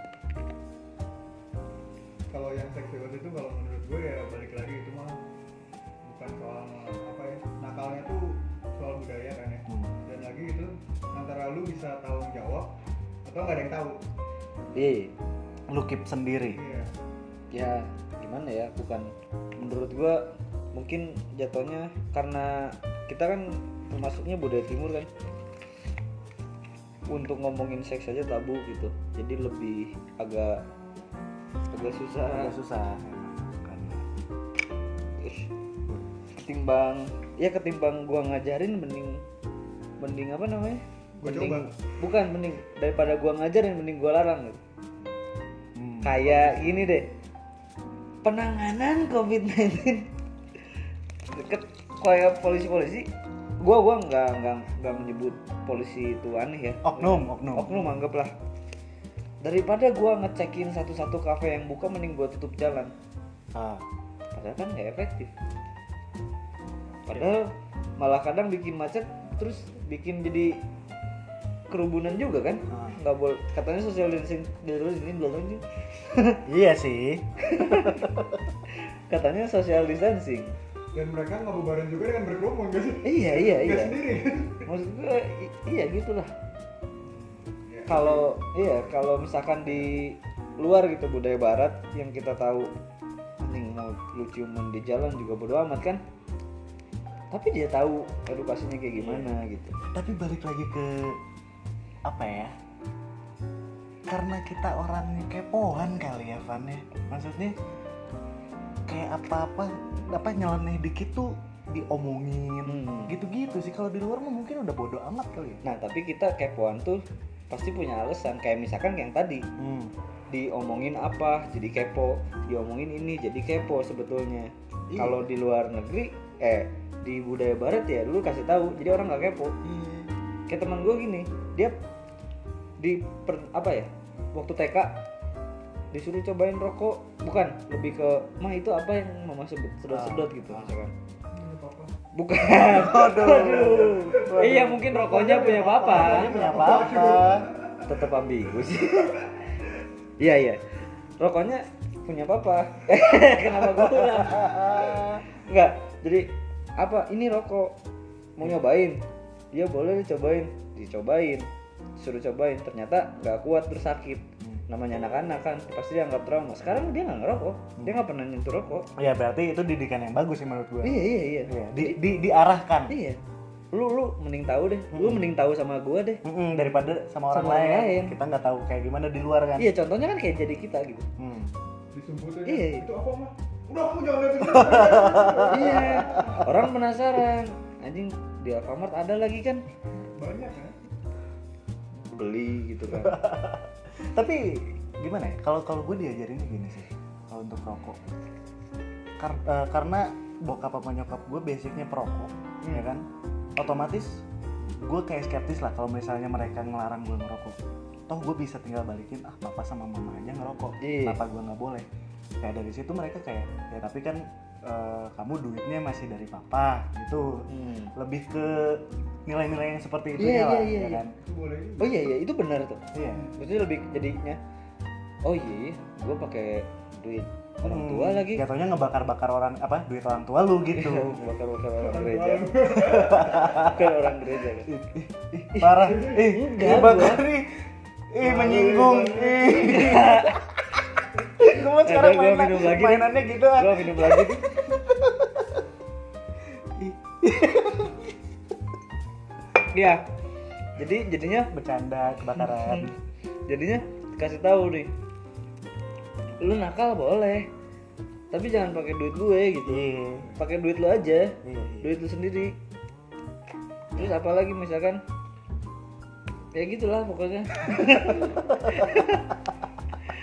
Kalau yang seks bebas itu kalau menurut gue ya balik lagi itu mah bukan soal apa ya, nakalnya tuh soal budaya kan ya. Hmm. Dan lagi itu antara lu bisa tanggung jawab atau nggak ada yang tahu. Iya. Lu keep sendiri. Iya. Ya gimana ya, bukan, menurut gua mungkin jatuhnya karena kita kan termasuknya budaya timur kan, untuk ngomongin seks aja tabu gitu, jadi lebih agak agak susah, Agak susah emang. Karena Ih, ketimbang ya ketimbang gua ngajarin mending mending apa namanya Gua mending, coba. bukan mending daripada gua ngajarin mending gua larang gitu. hmm. Kayak gini deh, penanganan covid sembilan belas deket kayak polisi-polisi, gua gua nggak nggak nggak menyebut polisi itu aneh ya, Oknum, oknum. oknum anggaplah, daripada gua ngecekin satu-satu kafe yang buka mending gua tutup jalan, Ah. padahal kan nggak efektif, padahal malah kadang bikin macet, terus bikin jadi kerubunan juga kan. Ah. Nggak boleh, katanya social distancing dulu ini belum ini Iya sih. katanya social distancing. Dan mereka ngabubarin juga dengan berkerumun gak sih? Iya iya Nggak iya. sendiri kan? Maksud gue i- iya gitulah. Ya, Kalau iya kalau misalkan di luar gitu budaya barat yang kita tahu, anjing mau lu ciuman di jalan juga bodo amat kan. Tapi dia tahu edukasinya kayak gimana gitu. Tapi balik lagi ke apa ya? Karena kita orangnya kepoan kali ya, Van ya. Maksudnya kayak apa-apa apa nyeleneh dikit tuh diomongin. Hmm. Gitu-gitu sih. Kalau di luar mah mungkin udah bodo amat kali ya. Nah, tapi kita kepoan tuh pasti punya alasan, kayak misalkan yang tadi Hmm. diomongin apa jadi kepo, diomongin ini jadi kepo sebetulnya. Iya. Kalau di luar negeri eh di budaya barat ya lu kasih tahu jadi orang nggak kepo. Iya. Kayak teman gue gini, dia di per, apa ya waktu T K disuruh cobain rokok, bukan, lebih ke mah itu apa yang mama sebut sedot-sedot gitu misalkan. nggak apa-apa. Bukan. Waduh. Waduh. Iya mungkin rokoknya punya papa. Rokoknya punya papa. Tetap ambigu sih. Iya iya. Rokoknya punya papa. Kenapa gue ulang? Enggak. Jadi apa? Ini rokok. Mau nyobain? Iya boleh dicobain. Dicobain. Suruh cobain. Ternyata nggak kuat, bersakit. Namanya anak-anak kan pasti dianggap trauma. Sekarang dia nggak ngerokok. Dia nggak pernah nyentuh rokok. Ya berarti itu didikan yang bagus sih menurut gue. Iya iya iya. Iya, di, di, diarahkan. Iya. Lu lu mending tahu deh. Lu mending tahu sama gua deh. Mm-mm, daripada sama orang Sama orang lain. lain. Kita nggak tahu kayak gimana di luar kan. Iya, contohnya kan kayak jadi kita gitu. Hmm. Disumbutin Iya. itu apa mah? Udah kamu jangan lihat itu. Iya. Orang penasaran. Anjing di Alfamart ada lagi kan? Banyak kan? Beli gitu kan. Tapi gimana ya? Kalau kalau gue diajarinnya gini sih. Kalau untuk rokok. Kar- eh, karena bokap apa nyokap gue basicnya perokok, Hmm. ya kan? Otomatis gue kayak skeptis lah kalau misalnya mereka ngelarang gue ngerokok. Toh gue bisa tinggal balikin, ah papa sama mama aja ngerokok, Iya. kenapa gue nggak boleh? Kayak dari situ mereka kayak, ya tapi kan eh, kamu duitnya masih dari papa, gitu. Hmm. Lebih ke nilai-nilai yang seperti itu Iya, lah, iya, iya, ya iya. kan? Itu boleh juga. Oh iya iya, itu benar tuh. Iya. Maksudnya lebih jadinya oh iya, gua pakai duit orang tua Hmm, lagi. Jatuhnya ngebakar-bakar orang apa duit orang tua lu gitu. Bakar-bakar orang Orang gereja. tua lu. Bukan orang gereja kan. Ih, ih, ih, parah. Ih, Enggak, ih, bakar ih. Ih, menyinggung. Ih. Gue mau sekarang Ada, gua mainan, minum lagi nih. mainannya gitu ah. Gua minum lagi nih. Iya. Jadi jadinya Bercanda kebakaran. jadinya kasih tahu nih. Lu nakal boleh. Tapi jangan pakai duit gue gitu. Iya. Pakai duit lu aja. Iya, iya. Duit lu sendiri. Terus apalagi misalkan ya gitulah pokoknya.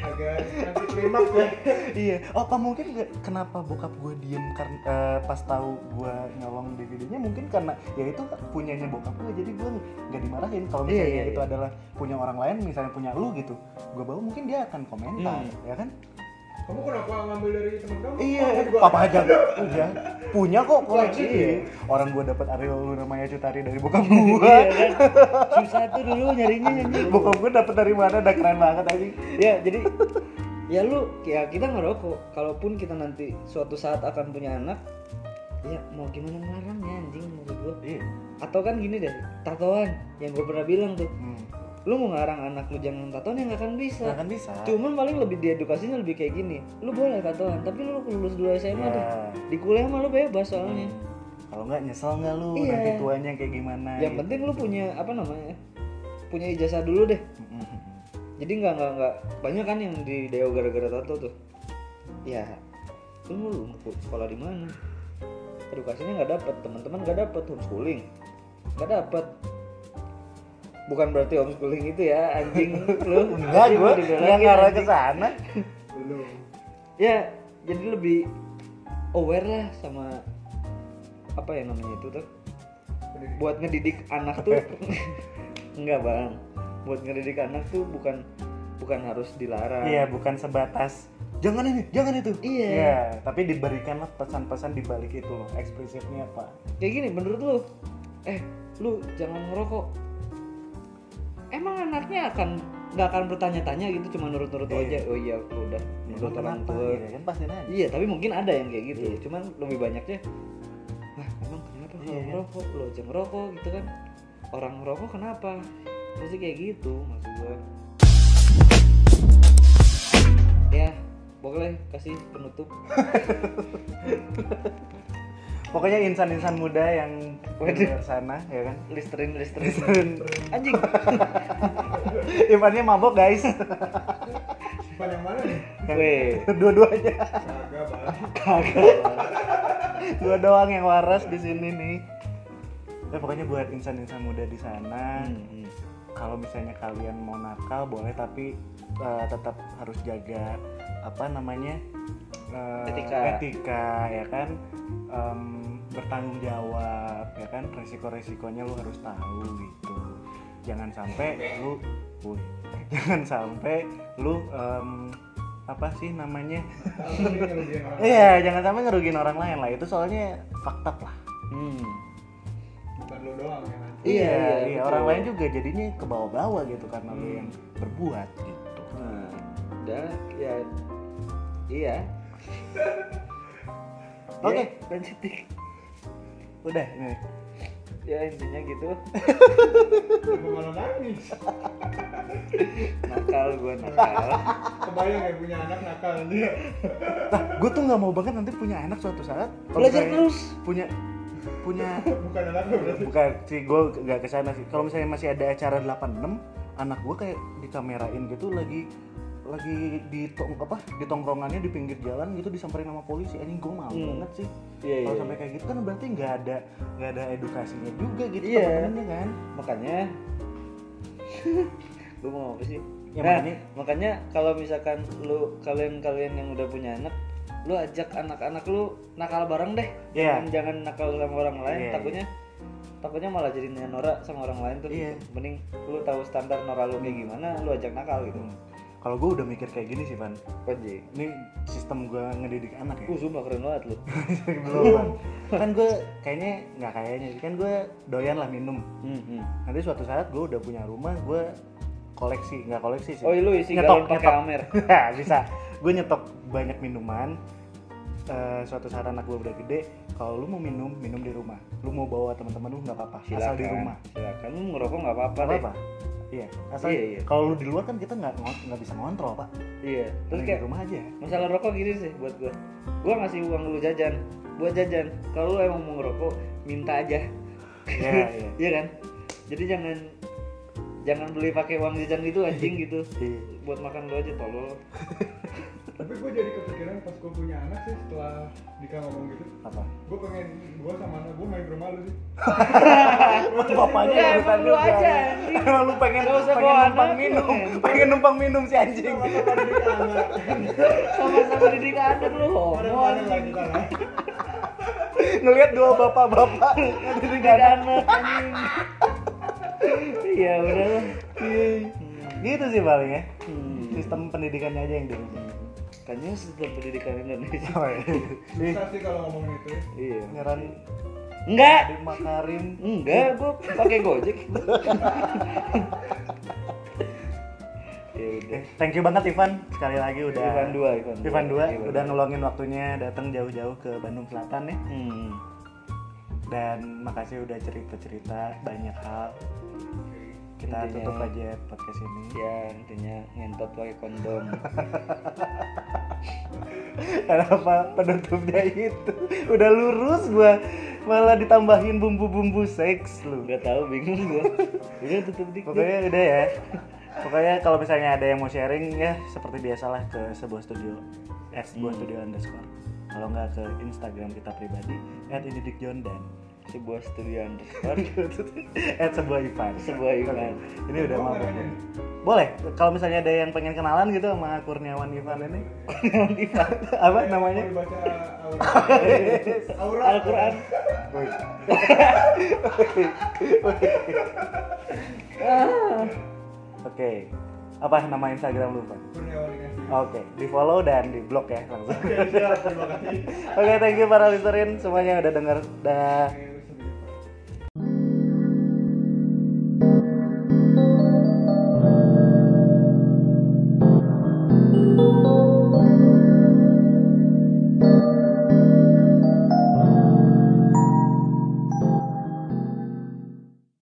agak nanti klimaks ya. Iya. Oh, apa mungkin gak, kenapa bokap gue diem karena uh, pas tahu gue nyolong D V D-nya mungkin karena ya itu punyanya bokap gue, jadi gue nggak dimarahin. Kalau Iya, misalnya iya, itu iya. adalah punya orang lain, misalnya punya lu gitu, gue bawa mungkin dia akan komentar, Hmm. ya kan? Kamu kenapa ngambil dari teman kamu? Iya, Kamu juga papa aja punya, punya kok koleksi. Iya. Orang gue dapat Ariel Luna Maya Cutari dari bokap gue. Iya kan? Susah tuh dulu nyarinya anjing. Bokap gue dapat dari mana? Udah keren banget anjing. Ya, jadi ya lu ya kita ngerokok. Kalaupun kita nanti suatu saat akan punya anak, ya mau gimana melarangnya anjing menurut gua. Iya. Atau kan gini deh, tatoan yang gue pernah bilang tuh. Hmm. Lu mau ngarang anak lu jangan tatoan ya nggak akan bisa. Nggak akan bisa. Cuman paling lebih diedukasinya lebih kayak gini. Lu boleh tatoan, tapi lu lulus dulu S M A Ya. deh. Di kuliah mah lu bebas soalnya. Kalau nggak nyesel nggak lu Iya. nanti tuanya kayak gimana? Yang gitu. penting lu punya apa namanya? Punya ijazah dulu deh. Mm-mm. Jadi nggak nggak nggak banyak kan yang di Deo gara-gara tato tuh. Ya, lu lu mau sekolah di mana? Edukasinya nggak dapat, teman-teman nggak dapat, homeschooling nggak dapat. Bukan berarti homeschooling itu ya anjing lu. Enggak, Anjing gue lu dibilangin nggak ngarah ke anjing. sana. belum. Ya, jadi lebih aware lah sama apa ya namanya itu tuh. Buat ngedidik anak tuh enggak bang. Buat ngedidik anak tuh bukan bukan harus dilarang. Iya, bukan sebatas jangan ini, jangan itu. Iya. Iya, tapi diberikanlah pesan-pesan di balik itu loh, eksplisitnya apa. Kayak gini menurut lu, eh lu jangan ngerokok. Emang anaknya akan nggak akan bertanya-tanya gitu, cuma nurut-nurut Iya. aja. Oh iya aku udah menurut Emang orang kenapa? tua. Iya, kan pasti nanya. Iya, tapi mungkin ada yang kayak gitu. Iya. Cuman lebih banyaknya, wah emang kenapa kalau Iya. ngerokok? Lo jangan ngerokok gitu kan. Orang ngerokok kenapa? Pasti kayak gitu maksud gua. Ya, boleh kasih penutup. Pokoknya insan-insan muda yang di luar sana, ya kan. Listerin, listerin. Anjing. Ivannya mabok guys. Sifat yang mana nih? Weh. Dua-duanya. Agak bang. Dua doang yang waras di sini nih. Ya pokoknya buat insan-insan muda di sana, Hmm. kalau misalnya kalian mau nakal boleh, tapi uh, tetap harus jaga apa namanya uh, Etika. etika, ya kan. Um, bertanggung jawab, ya kan. Resiko-resikonya lu harus tahu gitu. Jangan sampai lu, wuih, jangan sampai lu um, apa sih namanya? Ini ngerugiin orang. Iya, jangan sampai ngerugiin orang lain lah. Itu soalnya fakta lah. Hmm. Bukan lu doang ya kan. Iya, Iya, iya, iya, betul. orang lain juga jadinya ke bawah-bawah gitu karena lu Hmm. yang berbuat gitu. Nah, udah ya iya. Oke. Ya, lanjut dik. Udah ini. Ya intinya gitu. Lu malah nangis. Nakal gue nakal. Kebayang ya punya anak nakal dia. Nah, gue tuh nggak mau banget nanti punya anak suatu saat. kalau Belajar misalnya terus. Punya punya Bukan anak lu berarti. bukan sih, gue nggak kesana sih. Kalau misalnya masih ada acara delapan enam, anak gue kayak dikamerain gitu lagi lagi di tong apa di tongkrongannya di pinggir jalan gitu disamperin sama polisi. Anjing gue mau Hmm. banget sih. Iya, Kalau iya. sampai kayak gitu kan berarti nggak ada nggak ada edukasinya juga gitu Iya. temen-temennya kan. Makanya lu mau apa sih? Ya, nah, makanya- makanya kalau misalkan lu kalian-kalian yang udah punya anak, lu ajak anak-anak lu nakal bareng deh. Iya. Jangan, jangan nakal sama orang lain, Iya, takutnya takutnya malah jadi norak sama orang lain tuh. Iya. Gitu. Mending lu tahu standar norak lu kayak gimana, lu ajak nakal gitu. Hmm. Kalau gue udah mikir kayak gini sih, Van. Panji. Ini sistem gue ngedidik anak ya. Uh, sumpah keren banget lu. Belum, Van. Kan gue kayaknya nggak kayaknya sih. Kan gue doyan lah minum. Hmm, hmm. Nanti suatu saat gue udah punya rumah, gue koleksi, nggak koleksi sih. Oh, lu isi Nyetok, galon pakai nyetok. Amer. Bisa. Gue nyetok banyak minuman. Eh, suatu saat anak gue udah gede, kalau lu mau minum, minum di rumah. Lu mau bawa teman-teman lu nggak apa-apa, asal di rumah. Silakan. Lu ngerokok nggak apa-apa Nggak deh. apa-apa. Iya, asal Iya, iya. kalau lu di luar kan kita nggak ngon- nggak bisa ngontrol, Pak. Iya. Terus Terus kayak di rumah aja. masalah rokok gini sih buat gua. Gua ngasih uang lu jajan, buat jajan. Kalau lu emang mau ngerokok, minta aja. Iya, iya. Iya kan? Jadi jangan jangan beli pakai uang jajan gitu anjing gitu. Iya. Buat makan lu aja tolol. Tapi gue jadi kepikiran pas gue punya anak sih setelah Dika ngomong gitu. Apa? Gue pengen gue sama anak gue main ke rumah lu sih. Bapaknya Ya, ikutan emang lu juga. aja, anjing. Emang lu pengen Nggak usah pengen bawa numpang anak, minum, men. pengen numpang minum si anjing. Sama-sama didik anak. Sama-sama didik anak lu homo. Bareng-bareng lah kita lah. Ngelihat dua bapak-bapak ngedidik Didik anak. anak anjing. Iya udah lah. Iya. Gitu sih paling ya. Hmm. Sistem pendidikannya aja yang dirubah. Kayaknya sistem pendidikan Indonesia. Oh, iya. Ih, Bisa sih kalau ngomongin itu. Iya. Nyaran Enggak. Nadiem Makarim. Enggak, gua pakai Gojek. Ya udah. Eh, thank you banget Ivan sekali lagi udah Ivan dua, Ivan dua. Ivan dua Ivan udah dua. ngeluangin waktunya datang jauh-jauh ke Bandung Selatan ya. Hmm. Dan makasih udah cerita-cerita banyak hal. Kita Intinya- tutup aja podcast ini. Ya, intinya ngentot pakai kondom. Kenapa penutupnya itu? Udah lurus gua malah ditambahin bumbu-bumbu seks lu. Enggak tahu, bingung gua. Udah tutup dikit. Pokoknya udah ya. Pokoknya kalau misalnya ada yang mau sharing ya seperti biasalah ke sebuah studio at sebuah Hmm. studio underscore. Kalau nggak ke Instagram kita pribadi at indidikjon dan Sebuah studio underscore. at sebuah Ivan. Sebuah Ivan. Oke. Ini udah Gua mau. nggak nanya nih. Boleh kalau misalnya ada yang pengen kenalan gitu sama Kurniawan Ivan ini. Ivan apa namanya? Mau dibaca aura. Aura. Al-Quran. Woi. Oke. Apa nama Instagram lu, Pak? Kurniawan dikasih. Oke, di follow dan di blog ya langsung. Oke, siap. Terima kasih. Oke, thank you para listerin semuanya udah denger. Dah. Oke,